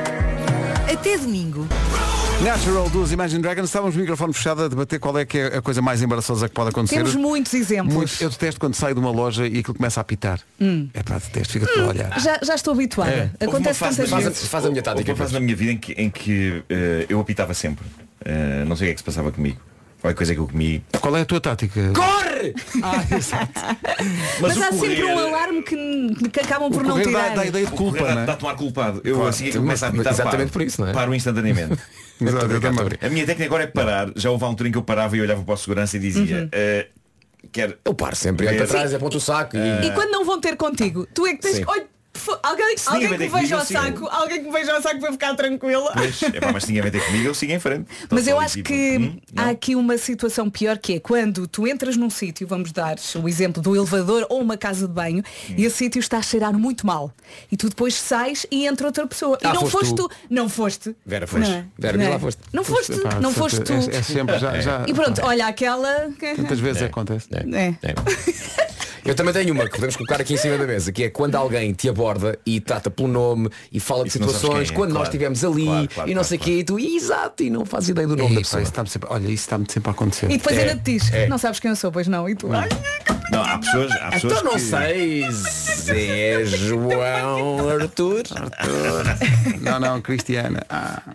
Até domingo. Natural dos Imagine Dragons. Estávamos no microfone fechado a debater qual é que é a coisa mais embaraçosa que pode acontecer. Temos muitos exemplos. Eu detesto quando saio de uma loja e aquilo começa a apitar. É pá, detesto, fica-te a olhar. Já estou habituada. Acontece tantas vezes. Faz a minha tática. Houve uma fase na minha vida em que eu apitava sempre. Não sei o que é que se passava comigo. Qualquer coisa que eu comi. Qual é a tua tática? Corre! Exato. Mas há sempre um alarme que acabam por não tirar. Dá a ideia de culpa, não é? Dá-te um ar culpado. Eu assim que começo a apitar, exatamente por isso, não é? Paro instantaneamente. Exato, a minha técnica agora é parar. Já houve uma altura em que eu parava e olhava para o segurança e dizia quer... Eu paro sempre, olho para trás, aponto o saco E quando não vão ter contigo, tu é que tens... Sim. Olha, alguém que me veja ao comigo, saco, alguém que me veja ao saco para eu ficar tranquila. Mas se ninguém vai ter comigo, eu sigo em frente. Mas eu acho que há aqui uma situação pior, que é quando tu entras num sítio, vamos dar o exemplo do elevador ou uma casa de banho, e esse sítio está a cheirar muito mal. E tu depois sais e entra outra pessoa. E não foste tu. Não foste. Vera foste. Não é? Vera, Não é? lá foste. Não foste, não foste tu. É sempre já. E pronto, olha aquela. Tantas vezes acontece. Eu também tenho uma que podemos colocar aqui em cima da mesa, que é quando alguém te aborda e trata pelo nome e fala de situações, quando nós estivemos ali e não sei o quê, e tu, exato, e não fazes ideia do nome da pessoa. Olha, isso está-me sempre a acontecer. E depois ainda te diz, não sabes quem eu sou, pois não. E tu, Não, há pessoas então não que... sei, Zé João Arthur. Não, Cristiana.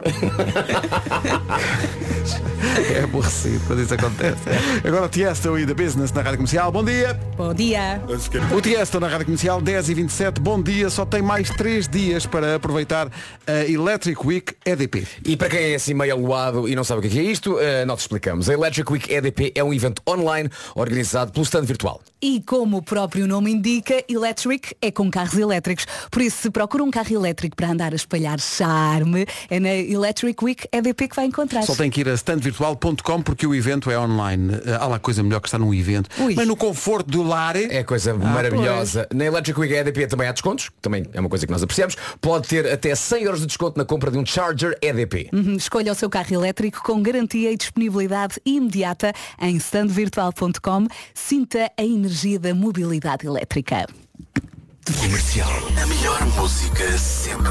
É aborrecido quando isso acontece. Agora o Tiesto e da Business na Rádio Comercial. Bom dia. Bom dia. O Tiesto na Rádio Comercial, 10h27. Bom dia. Só tem mais 3 dias para aproveitar a Electric Week EDP. E para quem é assim meio aluado e não sabe o que é isto, nós te explicamos. A Electric Week EDP é um evento online organizado pelo stand virtual. E como o próprio nome indica, Electric é com carros elétricos. Por isso, se procura um carro elétrico para andar a espalhar charme, é na Electric Week EDP que vai encontrar. Só tem que ir a standvirtual.com porque o evento é online. Há lá coisa melhor que está num evento. Mas no conforto do lar... É coisa maravilhosa. Na Electric Week EDP também há descontos, também é uma coisa que nós apreciamos. Pode ter até 100 euros de desconto na compra de um Charger EDP. Escolha o seu carro elétrico com garantia e disponibilidade imediata em standvirtual.com. Sinta a energia da mobilidade elétrica. Comercial. A melhor música sempre.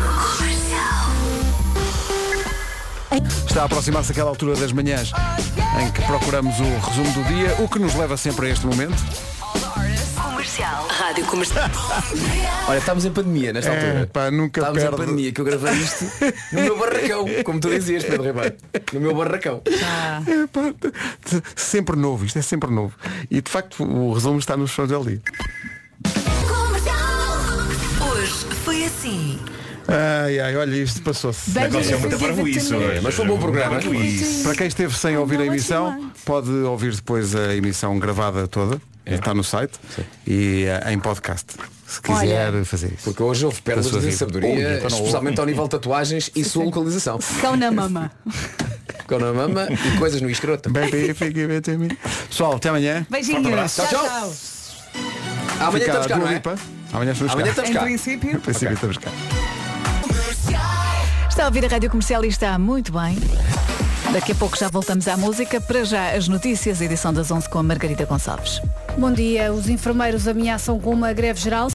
Está a aproximar-se aquela altura das manhãs em que procuramos o resumo do dia, o que nos leva sempre a este momento. Comercial. Rádio Comercial. Olha, estamos em pandemia nesta altura. Pá, nunca estamos perde. em pandemia, que eu gravei isto no meu barracão, como tu dizias, Pedro Ribeiro. No meu barracão. Sempre novo, isto é sempre novo. E de facto o resumo está nos shows ali. Hoje foi assim. Olha, isto passou-se. Mas foi um bom programa. Para quem esteve sem ouvir a emissão, pode ouvir depois a emissão gravada toda. Está no site e em podcast. Se quiser fazer isso. Porque hoje houve pérolas de sabedoria, especialmente ao nível de tatuagens e sua localização. Cão na mama. Cão na mama e coisas no escroto. Pessoal, até amanhã. Beijinhos. Tchau. Amanhã estamos cá, não é? Amanhã estamos cá. Em princípio. Em princípio estamos cá. Está a ouvir a Rádio Comercial e está muito bem. Daqui a pouco já voltamos à música. Para já as notícias, edição das 11 com a Margarida Gonçalves. Bom dia. Os enfermeiros ameaçam com uma greve geral.